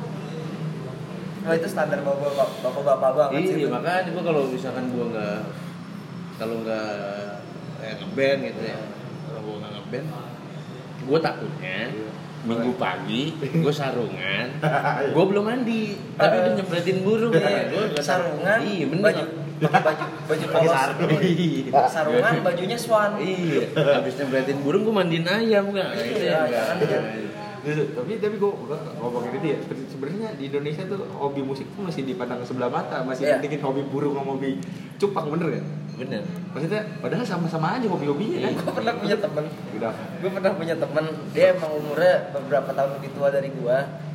Oh itu standar bapak bapak banget sih. Iya, itu. makanya gua kalau misalkan gua nggak kalau nggak eh, ngeband gitu ya, kalau gua nggak ngeband, gua takutnya minggu pagi gua sarungan, gua belum mandi, tapi udah nyempretin burung ya. Gua nggak Sarungan, Iya bener. baju pakai baju baju polos, Iya. sarungan bajunya swan. Iya, habis nyempretin burung gua mandiin ayam nggak? Itu Iya, yang jangan, nggak. jangan. tapi tapi gue ngomongin itu ya, sebenarnya di Indonesia tuh hobi musik tuh masih dipandang sebelah mata, masih Iya. pentingin hobi burung sama hobi cupang, bener ya? Bener. Maksudnya padahal sama-sama aja hobi-hobinya kan? Gue pernah punya temen, Udah. gue pernah punya temen, dia emang umurnya beberapa tahun lebih tua dari gue.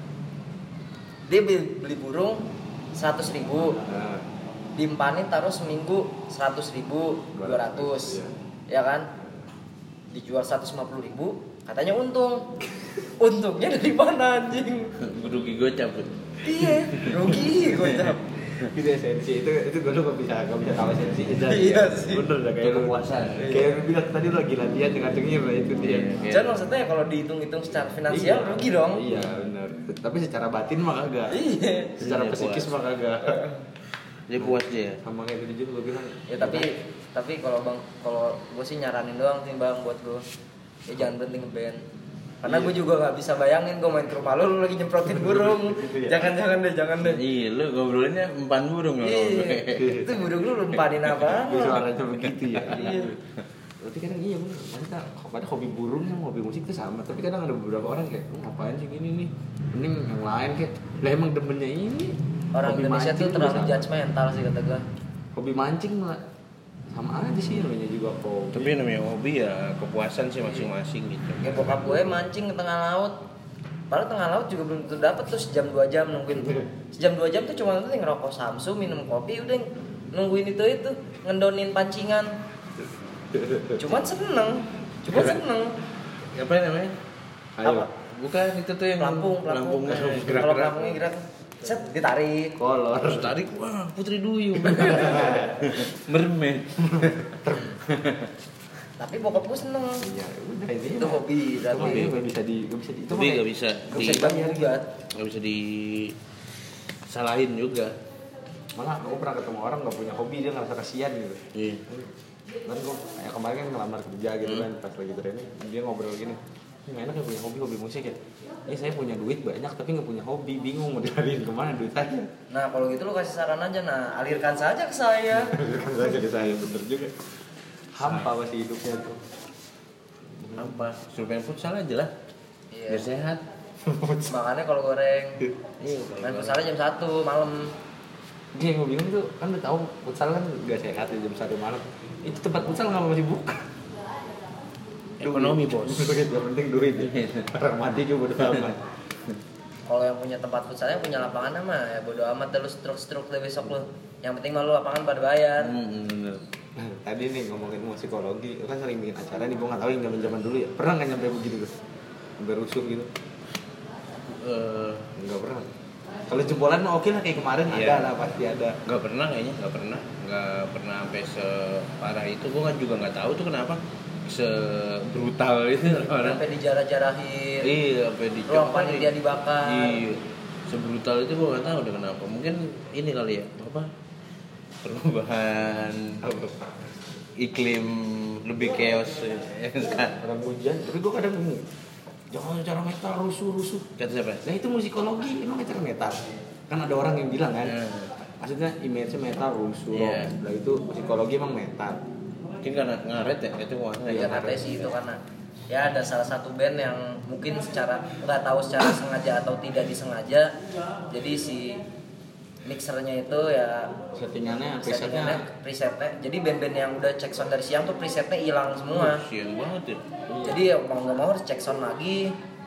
Dia beli, beli burung seratus ribu, Nah, diempanin taruh seminggu seratus ribu, dua ratus, ya kan? Dijual seratus lima puluh ribu, katanya untung. Untungnya dari mana anjing? Rugi gue cabut. Iya, rugi gue cap. itu esensi itu itu gue gak bisa gak bisa tahu esensi itu. Iya sih. Bener dah Itu kayak lu- kepuasan. Kayak lu bilang tadi lu lagi latihan dengan cengir lah itu dia. Iya. Cuman maksudnya kalau dihitung-hitung secara finansial Iya. rugi dong. Iya benar. Tapi secara batin mah kagak. Iya. Secara Iya, psikis puas. mah kagak. Dia puas dia. Sama kayak tadi juga gue bilang. Ya tapi tapi kalau bang kalau gue sih nyaranin doang sih bang buat gue, ya jangan berhenti ngeband. Karena Iya. gue juga nggak bisa bayangin gue main ke rumah lu, lu lagi nyemprotin burung. Gitu ya. Jangan jangan deh, jangan deh. Iya, lu ngobrolinnya empan burung loh. Iya. Itu burung lu lu empanin apa? Gue suaranya begitu ya. Iya. Berarti kadang iya bener. Maksudnya pada hobi burung sama hobi musik itu sama. Tapi kadang ada beberapa orang kayak, "Lu ngapain sih gini nih? Mending yang lain kayak." Lah emang demennya ini. Orang Hobi Indonesia mancing tuh juga terlalu sama. judgmental sih kata gue. Hobi mancing mah sama aja sih namanya juga hobi. Tapi namanya hobi ya kepuasan sih masing-masing gitu. Ya bokap gue mancing ke tengah laut. Padahal tengah laut juga belum tentu dapet tuh sejam dua jam nungguin. Sejam dua jam tuh cuma nanti ngerokok samsu, minum kopi, udah nungguin itu itu ngendonin pancingan. Cuman seneng, cuman seneng. Apa namanya? Ayo. Apa? Bukan itu tuh yang Pelampung, pelampung. pelampungnya Kalau gerak-gerak. pelampungnya gerak, set ditarik. Kolor. Terus tarik, wah Putri Duyung. Mermaid. Tapi bokap gue seneng. Iya, udah ini. Itu hobi, Itu berarti. mah nggak bisa di nggak bisa di itu Tapi mah nggak kayak- bisa Gak di bisa dibayar gugat. nggak bisa di salahin juga. malah aku pernah ketemu orang nggak punya hobi, dia ngerasa kasihan gitu. Iya. Kan gue ya kemarin kan ngelamar kerja gitu Hmm. kan, pas lagi training dia ngobrol gini, "Ini enak ya punya hobi hobi musik ya." "Ini saya punya duit banyak tapi nggak punya hobi, bingung mau dilariin kemana duit saya." Nah kalau gitu lu kasih saran aja, nah alirkan saja ke saya. Kan saya jadi saya bener juga. Hampa pasti hidupnya tuh. Apa? Suruh main futsal aja lah. Iya. Biar sehat. Makannya kalau goreng. Iya. Main futsal jam satu malam. Dia yang gue bingung tuh kan udah tahu futsal kan gak sehat ya jam satu malam. Itu tempat futsal nggak masih buka. Ekonomi bos. Duit, yang penting duit. Orang mati juga bodo amat. Kalau yang punya tempat futsalnya punya lapangan mah ya bodo amat deh lu struk-struk deh besok lu. Yang penting mah lu lapangan pada bayar. Hmm, bener. Nah, tadi nih ngomongin musikologi, lu kan sering bikin acara nih, gue nggak tahu yang zaman zaman dulu ya. Pernah nggak nyampe begitu tuh? Sampai rusuh gitu? Eh, Nggak pernah. Kalau jebolan mah oke lah kayak kemarin Iya. ada lah pasti ada. nggak pernah kayaknya, nggak pernah, nggak pernah sampai separah itu. Gue kan juga nggak tahu tuh kenapa sebrutal itu orang. Sampai dijarah-jarahin. Iya, sampai Ruang dicopot. panitia dibakar. Iya, sebrutal itu gue nggak tahu deh kenapa. Mungkin ini kali ya, apa? Perubahan iklim lebih chaos ya kan. Orang hujan, tapi gue kadang bingung. Jangan acara metal rusuh-rusuh. Kata siapa? Nah itu musikologi, emang acara metal. Kan ada orang yang bilang kan, Ya. maksudnya image metal rusuh. Iya. Nah itu musikologi emang metal. Mungkin karena ngaret ya, itu warna Ya ya. katanya sih itu karena ya ada salah satu band yang mungkin secara nggak tahu secara sengaja atau tidak disengaja, jadi si mixernya itu ya Settingannya, settingannya presetnya. presetnya, jadi band-band yang udah check sound dari siang tuh presetnya hilang semua. Sian banget ya. Jadi ya mau nggak mau harus cek sound lagi,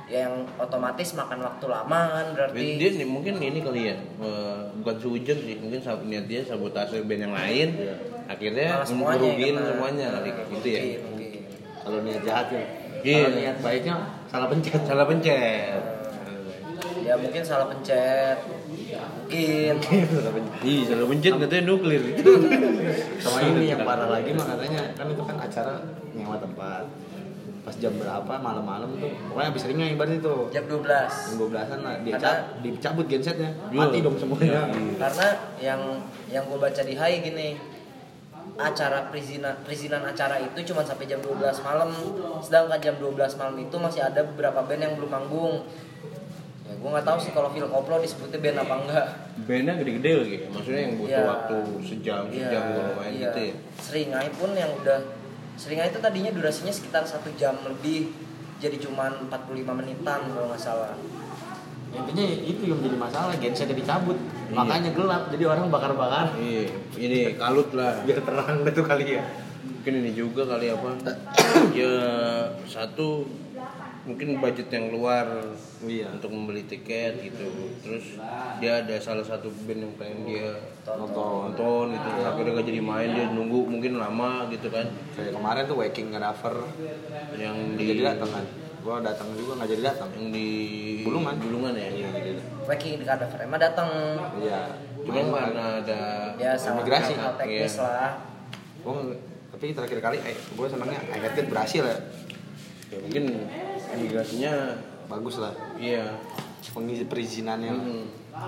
ya yang otomatis makan waktu lama kan berarti. Dia nih, mungkin ini kali ya, uh, bukan seujon sih, mungkin sab- niat dia sabotase band yang lain, Iya. akhirnya Malah semuanya ngerugiin kena. semuanya kali kayak gitu ya. Mungkin, mungkin. Kalau niat jahat ya. Iya. Kalau niat baiknya salah pencet. Salah pencet. Ya mungkin salah pencet. Mungkin. Ih, salah pencet katanya nuklir. Sama ini yang parah lagi mah katanya kan itu kan acara nyewa tempat. Pas jam berapa malam-malam tuh pokoknya habis ringan ibarat itu. Jam dua belas. Jam dua belasan lah dia Karena- ca- dicabut gensetnya. Iya. Mati dong semuanya. Karena yang yang gue baca di Hai gini, acara perizinan perizinan acara itu cuma sampai jam dua belas malam, sedangkan jam dua belas malam itu masih ada beberapa band yang belum manggung. Ya gue nggak tahu sih kalau Phil Koplo disebutnya band apa enggak. Bandnya gede-gede lagi, maksudnya yang butuh Iya. waktu sejam sejam Iya, kalau main iya. gitu ya. Seringai pun yang udah Seringai itu tadinya durasinya sekitar satu jam lebih, jadi cuma empat puluh lima menitan kalau nggak salah. Intinya itu yang jadi masalah gensetnya dicabut. Iya. Makanya gelap jadi orang bakar-bakar Iya, ini kalut lah. biar terang deh tuh kali ya. Mungkin ini juga kali apa? Ya satu mungkin budget yang keluar Iya. untuk membeli tiket gitu. Terus dia ada salah satu band yang pengen dia Nonton. nonton gitu. Akhirnya gak jadi main, dia nunggu mungkin lama gitu kan. Kayak kemarin tuh Waking Cadaver Yang nggak di jadi datang kan. Gua datang juga nggak jadi datang. yang di Bulungan. Bulungan ya. Iya, nggak jadi. Waking di Cadaver emang datang, Iya. Cuma Main karena ada ya sama Imigrasi. hal teknis Iya. lah. Gua nge- tapi terakhir kali eh, gue senangnya akhirnya berhasil ya. ya mungkin imigrasinya Bagus lah. iya. Pengisi perizinannya. Hmm.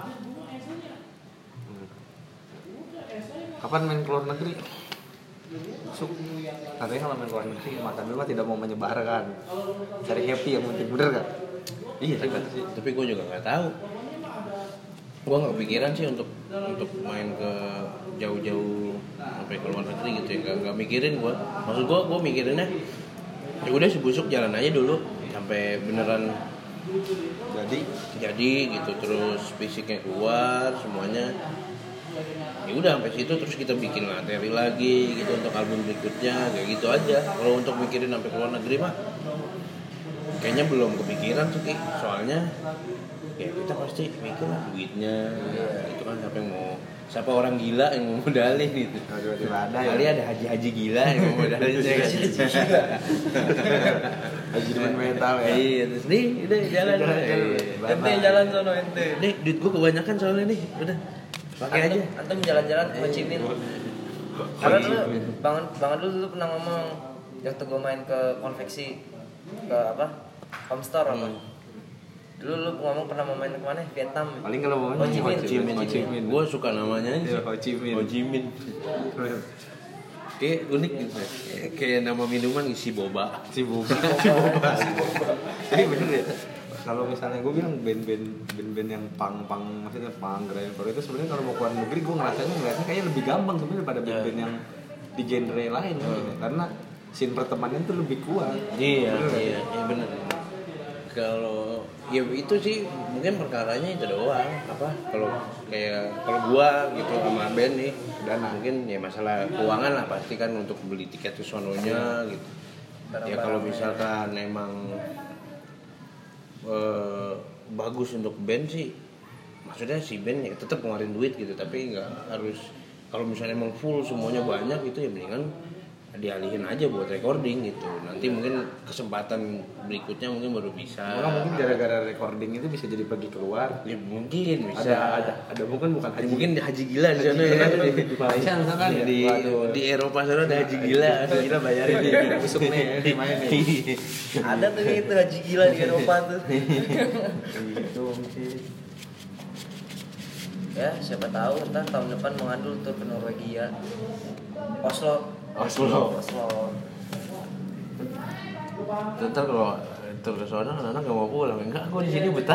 Kapan main ke luar negeri? Masuk. Katanya kalau main ke luar negeri makan dulu mah tidak mau menyebarkan. Cari happy yang penting bener gak? Iya, tapi, tapi gue juga nggak tahu. Gue nggak kepikiran sih untuk untuk main ke jauh-jauh sampai ke luar negeri gitu ya. Nggak nggak mikirin gue. Maksud gue, gue mikirinnya ya udah sebusuk jalan aja dulu sampai beneran Jadi jadi gitu, terus fisiknya keluar semuanya. Ya udah sampai situ terus kita bikin materi lagi gitu untuk album berikutnya kayak gitu aja. Kalau untuk mikirin sampai ke luar negeri mah kayaknya belum kepikiran tuh Ki. Soalnya ya kita pasti mikir lah duitnya itu kan, siapa yang mau, siapa orang gila yang mau modalin gitu. nah, tiba-tiba ada ya. Kali ada haji-haji gila yang mau modalin ya kan? Haji demen metal ya. Iya, terus nih udah jalan Jalan, jalan. Iya. Ente jalan sono ente. Nih duit gua kebanyakan soalnya nih, udah pakai aja. Antum, antum jalan-jalan ke Ho Chi Minh. Karena dulu bangun bangun dulu dulu pernah ngomong waktu gue main ke konveksi ke apa? Home store apa? Hmm. Dulu lu ngomong pernah mau main ke mana? Vietnam. Paling kalau mau Ho Chi Minh. Ho Chi Minh, Ho Chi Minh. Gua suka namanya aja. Iya, Ho Chi Minh. Ho Chi Minh. Kayak unik gitu. Kayak nama minuman isi boba. Si boba. Si boba. Tapi bener ya. Kalau misalnya gue bilang band-band band-band yang pang-pang maksudnya pang grindcore itu sebenarnya kalau mau keluar negeri gue ngerasanya ngeliatnya kayaknya lebih gampang sebenarnya daripada band-band yang di genre lain gitu. Karena scene pertemanan tuh lebih kuat. Iya, Bener nggak iya, sih? iya benar. Kalau ya itu sih mungkin perkaranya itu doang. Apa? Kalau kayak kalau gua gitu sama band nih, dan mungkin ya masalah keuangan lah pasti kan untuk beli tiket ke sononya gitu. Ya kalau misalkan emang eh, bagus untuk band sih, maksudnya si band ya tetap ngeluarin duit gitu, tapi nggak harus, kalau misalnya emang full semuanya banyak gitu ya mendingan dialihin aja buat recording gitu. Nanti mungkin kesempatan berikutnya mungkin baru bisa. Malah mungkin gara-gara recording itu bisa jadi pergi keluar. Ya mungkin bisa. Ada ada ada mungkin bukan haji. Mungkin haji gila di sana ya. di, di Malaysia misalkan ya. Di Waduh. di Eropa sana ada haji gila. Haji gila bayarin dia busuk nih ya, main nih. Ada tuh itu haji gila di Eropa tuh. Gitu mungkin. Ya siapa tahu ntar tahun depan mengandul tur ke Norwegia. Oslo. Oslo. Oslo. Ntar kalau tur ke sana anak-anak gak mau pulang. Enggak, gue di sini betah.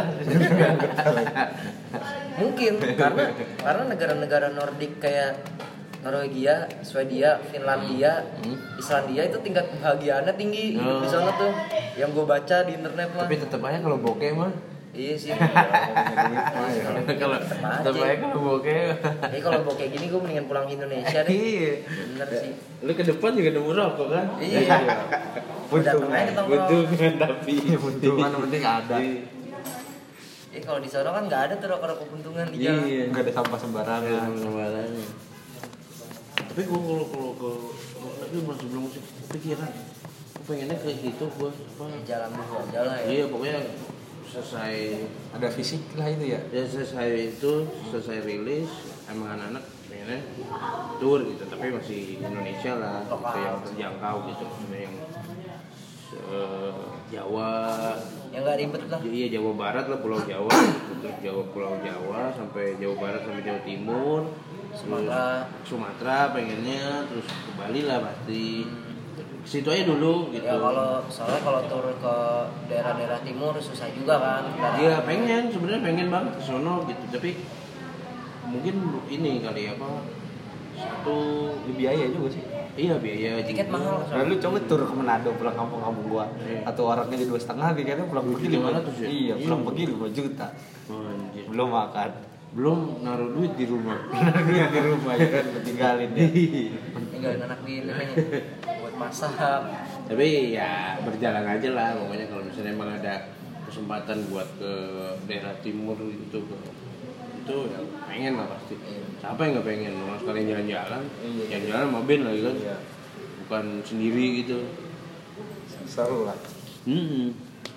Mungkin karena karena negara-negara Nordik kayak Norwegia, Swedia, Finlandia, Hmm. Islandia itu tingkat kebahagiaannya tinggi hidup di sana tuh. Yang gue baca di internet mah. Tapi tetap aja kalau bokeh mah Iya sih. Kalau terbaik kalau bokeh. Jadi kalau bokeh gini gue mendingan pulang ke Indonesia deh. Iya. Bener sih. Lu ke depan juga nemu rokok kan? Iya. Datang aja ketemu. Buntungan tapi buntungan yang penting ada. Eh kalau di sana kan nggak ada tuh rokok-rokok buntungan di jalan. Iya. Nggak ada sampah sembarangan. Sembarangan. Tapi gua kalau kalau ke tapi masih belum sih pikiran. Gua pengennya kayak gitu gua apa? Jalan dulu aja lah ya. Iya pokoknya selesai Ada fisik lah itu ya. ya selesai itu selesai rilis emang anak-anak pengennya tour gitu tapi masih Indonesia lah gitu, yang terjangkau gitu maksudnya yang eh, Jawa Yang nggak ribet lah. iya Jawa Barat lah Pulau Jawa terus Jawa Pulau Jawa sampai Jawa Barat sampai Jawa Timur Sumatera. terus Sumatera pengennya terus ke Bali lah pasti ke situ aja dulu gitu. Ya kalau soalnya kalau tur ke daerah-daerah timur susah juga kan. Iya pengen sebenarnya pengen banget ke sono gitu tapi mungkin ini kali apa satu Biaya juga sih. iya biaya Tiket mahal. Lalu coba tur ke Manado pulang kampung-kampung gua. Iya. Satu orangnya jadi dua setengah, dikira pulang pergi lima lima ratus ya? Iya, pulang Iya. pergi lima juta. oh, anjir. Belum makan. belum naruh duit di rumah Duit di rumah ya kan tinggalin ya. Tinggalin anak bini buat masak. tapi ya berjalan aja lah pokoknya kalau misalnya emang ada kesempatan buat ke daerah timur gitu ke itu ya pengen lah pasti siapa yang nggak pengen orang sekalian jalan-jalan Iya. jalan-jalan sama band lagi kan Iya. bukan sendiri gitu. Seru lah. Hmm.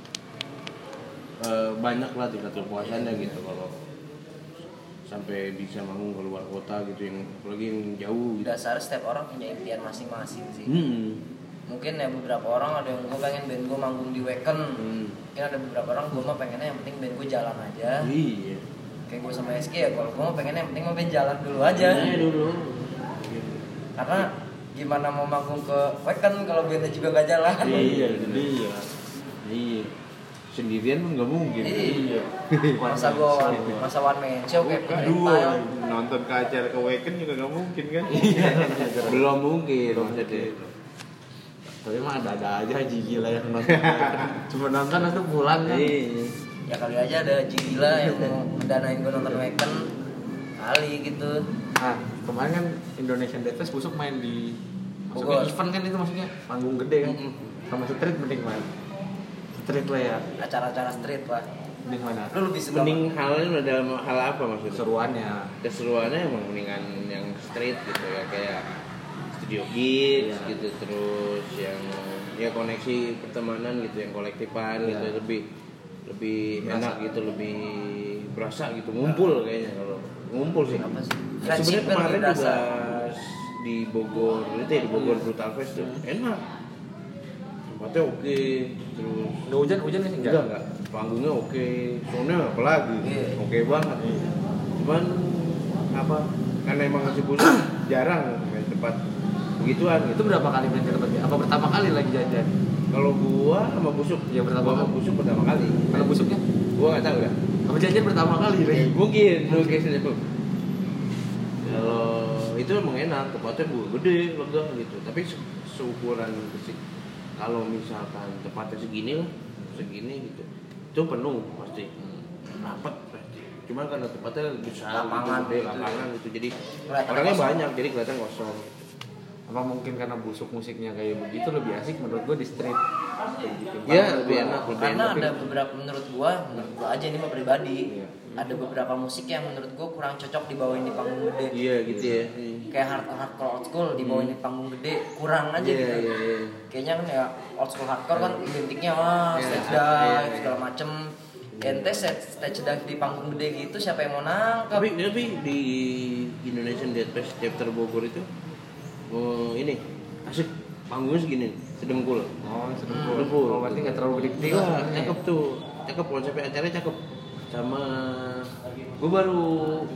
Eh, banyak lah tingkat kepuasannya gitu kalau sampai bisa manggung ke luar kota gitu yang apalagi yang jauh gitu. Dasar setiap orang punya impian masing-masing sih. Hmm. Mungkin ya beberapa orang ada yang gue pengen band gue manggung di Wacken. Hmm. Mungkin ada beberapa orang gue mah pengennya yang penting band gue jalan aja. Iya. Kayak gue sama S K ya kalau gue mah pengennya yang penting mah band jalan dulu aja. Iya dulu. Karena gimana mau manggung ke Wacken kalau bandnya juga gak jalan. Iya, iya. Iya. Sendirian pun nggak mungkin. Iya. Masa gue masa one man show kayak Aduh, Payal. nonton ke acara ke Wacken juga nggak mungkin kan? Iya. Belum mungkin. Maksudnya. Tapi mah ada-ada aja haji gila yang nonton. Cuma nonton atau pulang kan. Iya. Ya kali aja ada Haji Gila yang mau danain gue nonton Wacken kali gitu. Nah, kemarin kan Indonesian Dead Fest busuk main di Bogor. maksudnya event kan itu maksudnya panggung gede kan. Sama street mending main. Street lah ya. Acara-acara street lah. Mending mana? Lu lebih suka Mending halnya udah dalam hal apa maksudnya? Keseruannya. Keseruannya emang mendingan yang street gitu ya kayak studio gigs Iya. gitu terus yang ya koneksi pertemanan gitu yang kolektifan Iya. gitu lebih lebih Berasa. enak gitu lebih berasa gitu ngumpul kayaknya kalau ngumpul sih. apa sih? Sebenarnya Friendship kan kemarin lebih berasa. juga di Bogor itu ya di Bogor Brutal Fest tuh enak tempatnya oke terus Udah hujan hujan kan enggak enggak panggungnya oke soundnya apalagi Iya. oke banget cuman apa karena emang masih busuk jarang main tempat begituan Itu gitu berapa kali main ke tempat dia? Apa pertama kali lagi jajan? kalau gua sama busuk Iya, pertama gua sama kali. busuk pertama kali Kalau busuknya? gua nggak tahu ya Apa jajan pertama kali lagi? mungkin mungkin kalau itu emang enak tempatnya gua gede lega gitu tapi se- seukuran sih kalau misalkan tempatnya segini lah segini gitu itu penuh pasti rapat pasti cuma karena tempatnya besar Lapangan gitu, gede, gitu. lapangan gitu jadi Kelihatan orangnya kosong. banyak jadi kelihatan kosong Apa mungkin karena busuk musiknya kayak begitu lebih asik menurut gue di street. Iya, lebih enak, lebih Karena enak. ada beberapa menurut gua, menurut gua aja ini mah pribadi. Iya. Ada beberapa musik yang menurut gua kurang cocok dibawain di panggung gede. Iya gitu ya Kayak hardcore hardcore old school dibawain di panggung gede kurang aja iya gitu. iya iya Kayaknya kan ya old school hardcore kan identiknya wah Iya, stage iya, dive iya. segala macem. Ente set stage dive di panggung gede gitu siapa yang mau nangkep? tapi tapi di Indonesian Dead Fest chapter Bogor itu oh, ini asik panggungnya segini sedengkul Oh, sedengkul. Sedengkul. Oh, berarti nggak terlalu gede Iya, cakep tuh cakep konsepnya acaranya cakep sama gue baru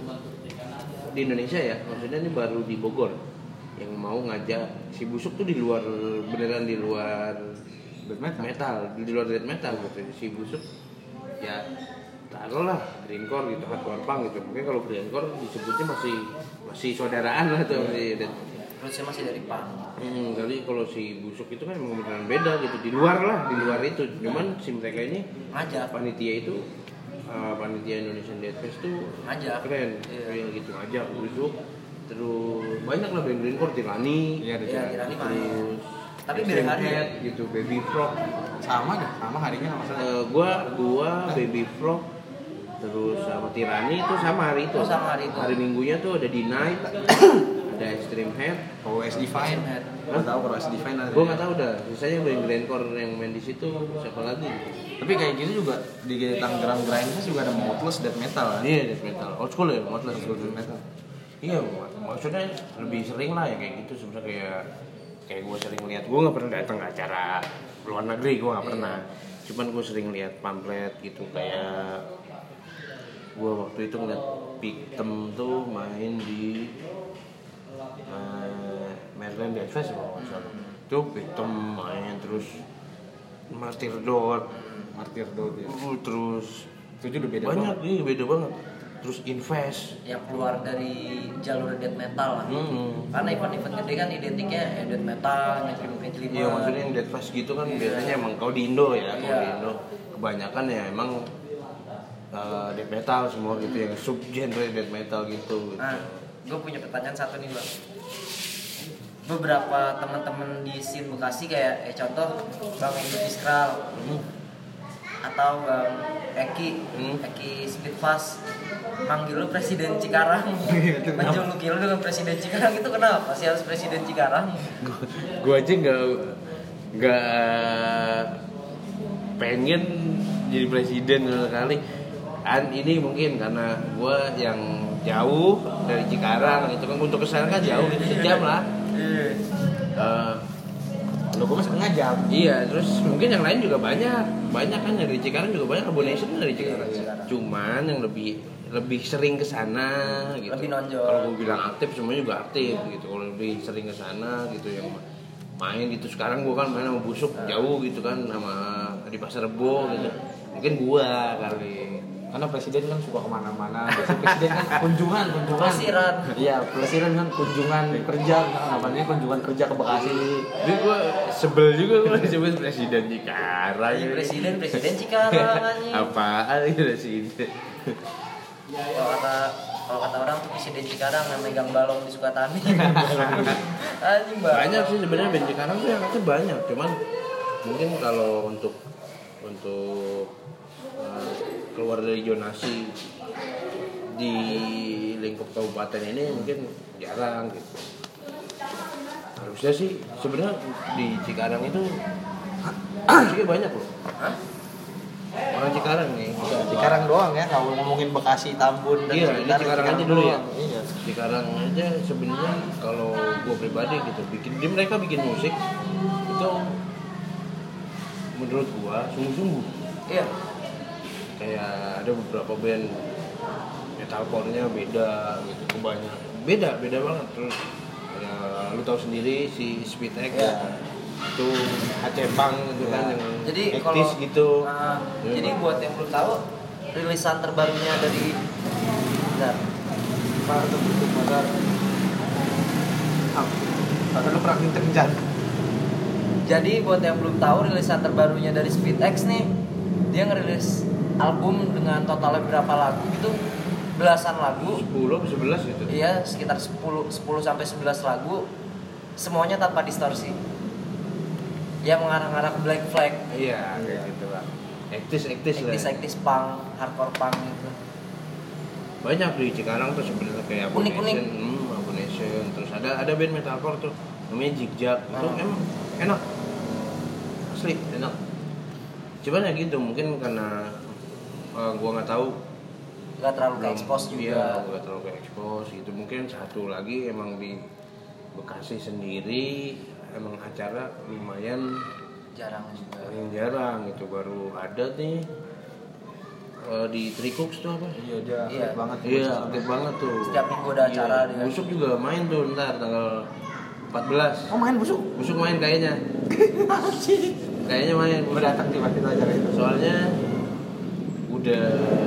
di Indonesia ya maksudnya ini baru di Bogor yang mau ngajak si busuk tuh di luar beneran di luar Death metal. metal di luar death metal gitu si busuk ya taruh lah greencore gitu hardcore punk gitu mungkin kalau greencore disebutnya masih masih saudaraan lah tuh masih death. Terusnya masih dari pang. Hmm, kali kalau si busuk itu kan emang beneran beda gitu di luar lah di luar itu cuman si mereka ini Ngajak. panitia itu uh, panitia Indonesian Dead Fest tuh Ngajak. keren, Iya. kayak gitu ngajak busuk, terus banyak lah band grindcore Tirani, Iya, ada Iya, Tirani. Tirani main. terus Tapi beda hari ya? gitu, Baby Frog. Sama deh, sama harinya nggak masalah. Uh, gua gua Baby Frog terus sama Tirani itu sama hari itu. Oh, sama hari itu. Hari Minggunya tuh ada di Night, ada Extreme Head. Kalau S Divine, Hah? nggak tahu kalau S Divine ada. Gua nggak tahu dah. Sisanya band grindcore yang main di situ siapa lagi? Tapi kayak gitu juga di Tangerang Grinders juga ada Motless Death Metal kan? Iya, death metal. Old school ya, Motless Motless Death Metal. Iya, mak- maksudnya lebih sering lah ya kayak gitu sebenarnya kayak kayak gue sering lihat. Gue nggak pernah datang ke acara luar negeri, gue nggak pernah. Cuman gue sering lihat pamflet gitu kayak gue waktu itu ngeliat Victim tuh main di uh, Maryland Death Fest kalau nggak salah. Itu Victim main terus Martyr Dot, Martyr Dot ya. uh, terus Itu juga beda banyak banget. nih beda banget. Terus Invest. Yang keluar dari jalur death metal lah. Hmm. Karena event-event gede kan identiknya ya death metal, ngecrim-ngecrim. Iya maksudnya yang death fest gitu kan biasanya emang kalau di Indo ya, kalau Iya. di Indo kebanyakan ya emang uh, death metal semua gitu yang sub genre death metal gitu. gitu. Nah, gue punya pertanyaan satu nih bang. Beberapa teman-teman di scene Bekasi kayak eh, contoh Bang Egi Fiskral Hmm. atau Bang Eki, Hmm. Eki Speedfast manggil lu Presiden Cikarang, Itu kenapa? menjuluki lu dengan Presiden Cikarang itu kenapa sih harus Presiden Cikarang? Gue aja nggak nggak pengen jadi presiden sekali. An ini mungkin karena gue yang jauh dari Cikarang itu kan untuk kesana kan jauh itu sejam lah. Uh, Lo gue masih setengah jam. Iya, terus mungkin yang lain juga banyak, banyak kan dari Cikarang juga banyak, Abonation dari Cikarang. Iya. Cuman yang lebih lebih sering ke sana gitu. Lebih nonjol. Kalau gue bilang aktif, semuanya juga aktif gitu. Kalau lebih sering ke sana gitu yang main gitu. Sekarang gue kan main sama Busuk jauh gitu kan, sama di Pasar Rebo gitu. Mungkin gua kali. Karena presiden kan suka kemana-mana. Biasanya presiden kan kunjungan, kunjungan. Pelesiran. Iya, presiden kan kunjungan kerja, namanya kunjungan kerja ke Bekasi. Jadi gue sebel juga gue disebut presiden Cikarang. Iya, presiden presiden Cikarang anjing. Apaan ini presiden? Kalau kata kalau kata orang tuh Presiden Cikarang yang megang balong di Sukatani. Anjing banget. Banyak sih sebenarnya band Cikarang tuh yang katanya banyak, cuman mungkin kalau untuk untuk uh, keluar dari zonasi di lingkup kabupaten ini mungkin jarang gitu. Harusnya sih sebenarnya di Cikarang itu musiknya banyak loh. Hah? Orang Cikarang nih. Cikarang doang ya, kalau ngomongin Bekasi, Tambun dan Iya, ini sekitar, Cikarang aja dulu ya. doang. Iya. Cikarang aja sebenarnya kalau gue pribadi gitu bikin dia mereka bikin musik itu menurut gue sungguh-sungguh. Iya. Kayak ada beberapa band metalcore-nya beda gitu, kebanyakan beda beda banget. Terus ya, lu tahu sendiri si Speedx Iya. itu Aceh Punk gitu kan Iya. yang Jadi ektis kalau gitu. Nah, Ya, jadi Bang. buat yang belum tahu rilisan terbarunya dari Bentar. Kalau tertutup pasar. Ah, pasar lu pernah kenceng. Jadi buat yang belum tahu rilisan terbarunya dari Speedx nih, dia ngerilis album dengan totalnya berapa lagu gitu? Belasan lagu. sepuluh atau sebelas gitu. Iya, sekitar sepuluh sepuluh sampai sebelas lagu. Semuanya tanpa distorsi. Ya mengarah-arah ke Black Flag. Iya, kayak gitu lah. Ektis ektis lah. Aktis-aktis punk, hardcore punk gitu. Banyak di Cikarang tuh sebenarnya kayak Unik-unik. Abomination, hmm, Abomination. Terus ada ada band metalcore tuh namanya Jigjak. Itu Oh. emang enak. Asli enak. Cuman ya gitu, mungkin karena uh, gua nggak tahu Gak terlalu ke belum- expose Iya, juga. nggak terlalu ke expose gitu. Mungkin satu lagi emang di Bekasi sendiri emang acara lumayan Jarang juga. yang jarang gitu, baru ada nih uh, di Tricooks tuh apa? Iya, dia Iya. aktif banget. Iya, aktif banget tuh. Setiap minggu ada acara Iya. dia. Busuk juga main tuh ntar tanggal empat belas. Oh, main busuk. Busuk main kayaknya. Kayaknya main. Gue datang tiba-tiba acara itu. Soalnya udah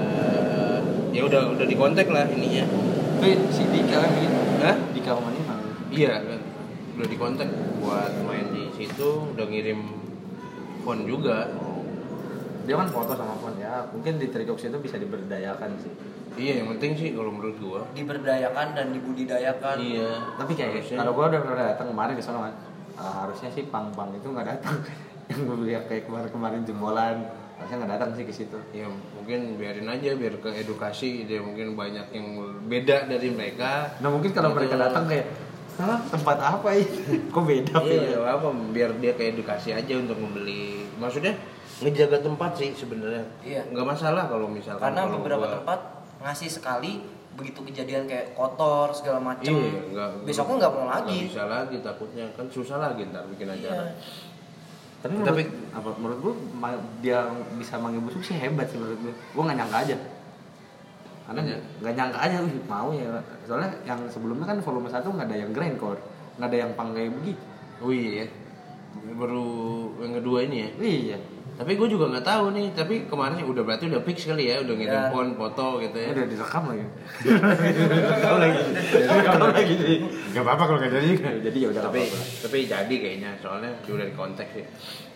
ya udah udah dikontak lah ininya. Tapi si Dika kan bikin. Hah? Dika Omani mah. Iya kan. Udah dikontak buat main di situ, udah ngirim phone juga. dia kan foto sama phone ya, mungkin di Trikox itu bisa diberdayakan sih. Iya, yang penting sih kalau menurut gua Diberdayakan dan dibudidayakan. iya. Tapi kayak Harusnya- kalau gua udah pernah datang kemarin ke sana kan, uh, harusnya sih pang-pang itu nggak datang. Yang gue lihat kayak kemarin-kemarin jembolan, harusnya nggak datang sih ke situ. ya mungkin biarin aja biar ke edukasi dia mungkin banyak yang beda dari mereka. Nah mungkin kalau Gitu. mereka datang kayak, salah tempat apa ini? Kok beda? Iya, ya? apa biar dia ke edukasi aja untuk membeli. Maksudnya ngejaga tempat sih sebenarnya. Iya. Nggak masalah kalau misalkan Karena kalau beberapa gua- tempat ngasih sekali, begitu kejadian kayak kotor segala macem, Iya, nggak, besoknya nggak mau lagi. nggak bisa lagi, takutnya kan susah lagi ntar bikin acara. Iya. Tapi menurut, Tapi- apa menurut gue ma- dia bisa manggil busuk sih hebat sih menurut gue. Gue nggak nyangka aja. Karena Iya. nggak nyangka aja wih, mau ya. Soalnya yang sebelumnya kan volume satu nggak ada yang grindcore, nggak ada yang pang kayak begitu. Oh iya, baru yang kedua ini ya. Iya. Tapi gue juga nggak tahu nih. Tapi kemarin sih udah berarti udah fix kali ya, udah ngirim Ya. phone, foto gitu ya. Udah direkam lagi. Direkam lagi. Direkam lagi sih. Gak apa-apa kalau nggak jadi. Jadi ya udah nggak tapi apa-apa. tapi jadi kayaknya soalnya juga dari konteks ya.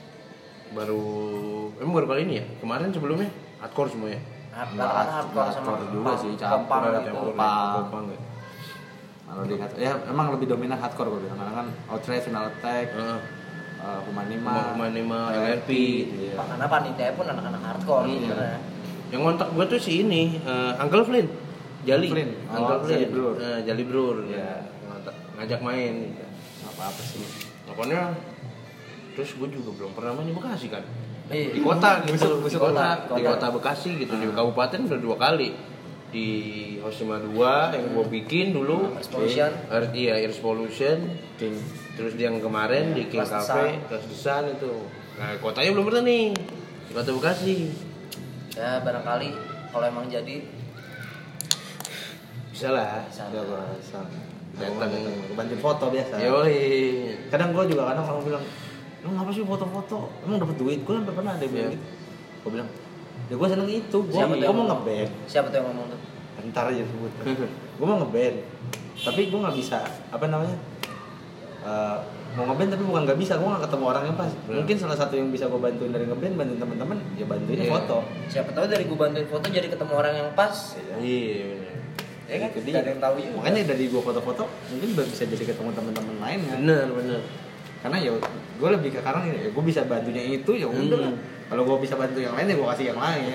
Baru emang baru kali ini ya. Kemarin sebelumnya hardcore semua ya. Katakan hardcore sama Hardcore juga punk, sih, ke campur punk ada gitu. campur. Pang. Pang. Pang ya. Kalau dilihat ya emang lebih dominan hardcore gue bilang karena kan Outrage, Final Attack, Heeh. uh, Humanima, Humanima, L R P. iya. Karena panitia pun anak-anak hardcore Iya. sebenarnya. Yang ngontak gue tuh si ini, eh, Uncle Flynn, Jali, Flynn. Uncle Oh, Flynn, Jali Brur. Eh, Jali Brur, Iya. ya. Ngontak, ngajak main. Nggak apa-apa sih. Pokoknya, terus gue juga belum pernah main di Bekasi kan, Iya. di kota gitu, Besok- di besok kota, kota. di kota Bekasi gitu, di Ah. kabupaten udah dua kali, di Hosima dua yang gue bikin dulu, Air Pollution. Air- iya Air Pollution, King. terus yang kemarin di King Kelas Cafe, Desan. Kelas Desan itu, nah kotanya belum pernah nih, di kota Bekasi, Ya barangkali kalau emang jadi bisa lah. bisa. Udah gue rasa. Datang. Gue bantuin foto biasa. Yoi. Kadang gue juga kadang kalau bilang, lu ngapa sih foto-foto? Emang dapat duit? Gue sampai pernah ada yang bilang Iya. gitu. Gue bilang, ya gue seneng itu. Gue Siapa tuh gue yang mau ngomong? ngeband. Siapa tuh yang ngomong tuh? Ntar aja sebut. Gue mau ngeband. Tapi gue nggak bisa apa namanya? Eh, mau ngeband tapi bukan nggak bisa, gue nggak ketemu orang yang pas. Bener. Mungkin salah satu yang bisa gue bantuin dari ngeband, bantuin teman-teman, ya bantuinnya Iya. foto. Siapa tahu dari gue bantuin foto jadi ketemu orang yang pas. Iya bener. Ya kan? Itu dia. Gak ada yang tahu juga. Makanya dari gue foto-foto mungkin bisa jadi ketemu teman-teman lain kan. Bener bener. Karena ya gue lebih ke karena ya gue bisa bantunya itu ya udah lah. Hmm. Kalau gue bisa bantu yang lain ya gue kasih yang lain.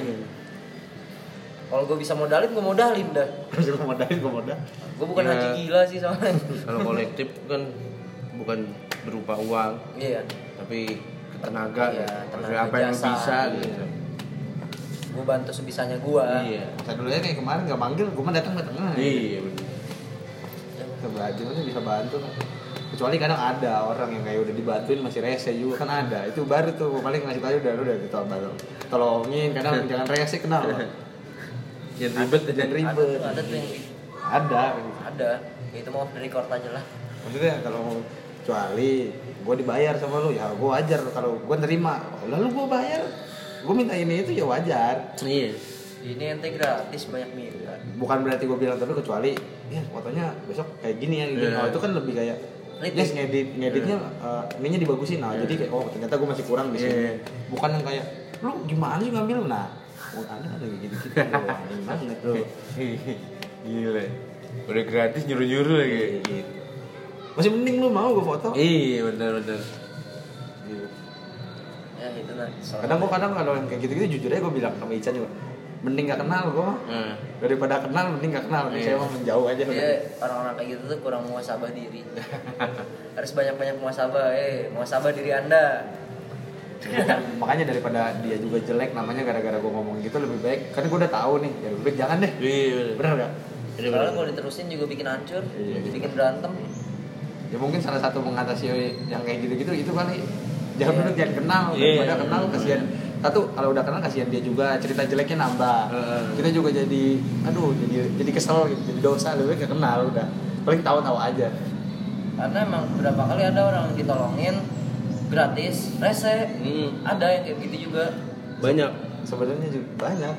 Kalau gue bisa modalin, gue modalin dah. Terus gue modalin gue modal. Gue bukan Ya. haji gila sih soalnya. Kalau kolektif kan bukan berupa uang, Iya. tapi tenaga, Iya, ya. tenaga, Maksudnya apa yang jasa. bisa gitu. Gue bantu sebisanya gue. Iya. Masa dulu ya kayak kemarin gak manggil, gue mah datang datang aja. Iya bener. Bisa belajar aja bisa bantu kan. Kecuali kadang ada orang yang kayak udah dibantuin masih rese juga kan ada. Itu baru tuh gue paling ngasih tahu udah udah gitu baru tolongin kadang jangan rese kenal. Jangan ribet Jangan Ada, ribet. tuh, ada tuh yang Ada. ada. Ya itu mau off the record aja lah. Maksudnya kalau kecuali gue dibayar sama lu ya gue wajar kalau gue nerima. Lalu gue bayar, gue minta ini itu ya wajar. Iya. Ini ente gratis banyak minta. Bukan berarti gue bilang tapi kecuali ya fotonya besok kayak gini ya gini. Iya. Oh itu kan lebih kayak Kritik. yes ngedit ngeditnya uh, ininya dibagusin nah jadi kayak oh ternyata gue masih kurang di sini. Iya. Bukan yang kayak lu gimana sih ngambil nah oh, ada ada kayak gitu gitu banget tuh. Gila. Udah gratis nyuruh-nyuruh lagi. Gitu. Masih mending lu mau gue foto. Iya bener bener. Gitu. Ya itu nah. Kadang gue kadang kalau yang kayak gitu-gitu jujur aja gue bilang sama Ican juga mending gak kenal gue Nah. daripada kenal mending gak kenal. Iya. Saya mau menjauh aja. Iya, orang-orang kayak gitu tuh kurang muhasabah diri. Harus banyak-banyak muhasabah. Eh, muhasabah diri Anda. Makanya daripada dia juga jelek namanya gara-gara gue ngomong gitu lebih baik karena gue udah tahu nih ya lebih baik jangan deh. Iya bener. Bener gak? Bener, Soalnya bener. kalau diterusin juga bikin hancur, Iya. bikin berantem. Ya mungkin salah satu mengatasi yang kayak gitu-gitu itu kali jangan Iya. dulu jangan kenal Iya. daripada kenal kasihan satu kalau udah kenal kasihan dia juga cerita jeleknya nambah. Heeh. Kita juga jadi aduh jadi jadi kesel gitu jadi dosa lebih baik gak kenal udah paling tahu-tahu aja. Karena emang berapa kali ada orang yang ditolongin gratis, rese. Hmm. Ada yang kayak gitu juga. Banyak. Sebenarnya juga banyak.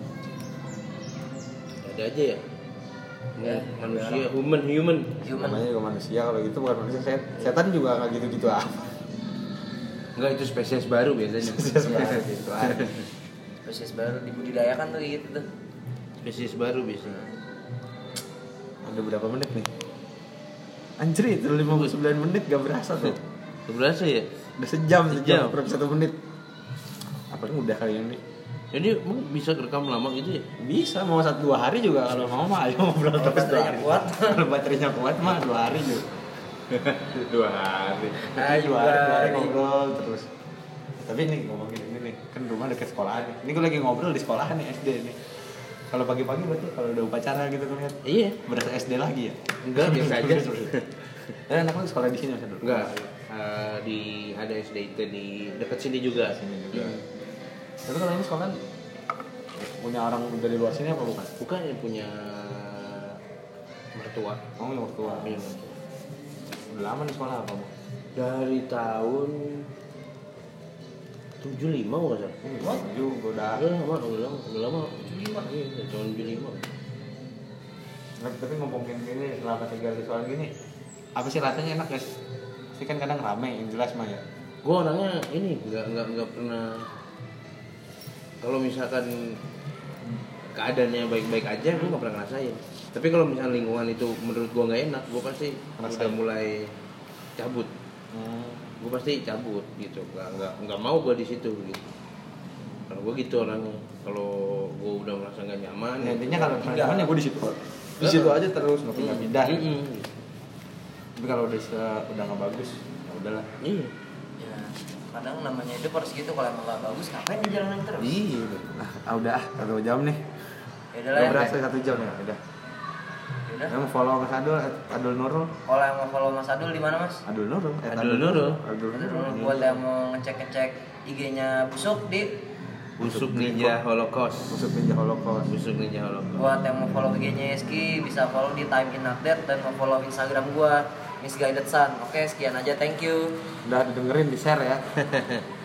Ada aja ya. Ya, Manusia, human, human. Human. Namanya juga manusia kalau gitu bukan manusia set, setan juga nggak gitu-gitu apa. Enggak itu spesies baru biasanya. Sebenarnya gitu aja. spesies baru dibudidayakan tuh gitu tuh. Spesies baru biasanya. Ada berapa menit nih? Anjir itu lima puluh sembilan menit gak berasa tuh. Gak berasa ya? Udah sejam, sejam, Sejam. per satu menit. Apalagi udah kali ini. Jadi emang bisa rekam lama gitu ya? Bisa, mau satu dua hari juga kalau mau mah ayo ngobrol Kalau terus dua baterainya hari. kuat. Kalau baterainya kuat mah dua hari juga. dua hari. Ah, dua hari, dua hari juga. ngobrol terus. Tapi ini ngomongin ini nih, kan rumah dekat sekolahan nih. Ini gue lagi ngobrol di sekolahan nih S D nih. Kalau pagi-pagi berarti kalau udah upacara gitu kan lihat. Iya. Berasa S D lagi ya? Enggak, biasa aja. Eh, anak lu sekolah di sini Mas Adul? Enggak. Eh, di ada S D I T di dekat sini juga. Sini juga. Tapi kalau ini sekolah punya orang dari luar sini apa bukan? Bukan yang punya mertua. Oh, yang mertua. Iya, mertua. Udah lama di sekolah apa, Bu? Dari tahun tujuh puluh lima nggak salah. Hmm, juga udah. Udah lama, udah lama, udah lama. tujuh puluh lima. Iya, dari tahun tujuh puluh lima. Nah, tapi ngomongin gini selama tinggal di sekolah gini, apa sih rasanya enak guys? Sih kan kadang rame, yang jelas mah ya. Gue orangnya ini nggak nggak nggak pernah, kalau misalkan keadaannya baik-baik aja gue nggak pernah ngerasain. Tapi kalau misalnya lingkungan itu menurut gue nggak enak, gue pasti Ngerasain. udah mulai cabut. Hmm. Gue pasti cabut gitu, nggak nggak nggak mau gue di situ gitu. Kalau gue gitu orangnya, kalau gue udah merasa nggak nyaman, Ya, intinya kalau Pindah. nyaman ya gue di situ. Di situ aja terus, nggak pindah-pindah. Mm-mm. Tapi kalau udah se- udah nggak bagus, ya udahlah. Iya. Ya, kadang namanya hidup harus gitu, kalau emang gak bagus ngapain dijalanin terus? Iya. Ah, udah ah, satu jam nih. Ya udah lah Udah ya. berasa satu jam ya, udah. Ya udah. Yang follow Mas Adul, Adul Nurul, Kalau yang mau follow Mas Adul di mana Mas? Adul Nurul, eh, Adul Nurul. Adul Nurul. Buat yang mau ngecek-ngecek I G-nya Busuk di Busuk Ninja Holocaust. Busuk Ninja Holocaust. Busuk Ninja Holocaust. buat yang mau follow I G-nya Yeski bisa follow di Time in Update dan mau follow Instagram gua Misguided Sun. Oke, sekian aja, thank you. Udah didengerin, di share ya.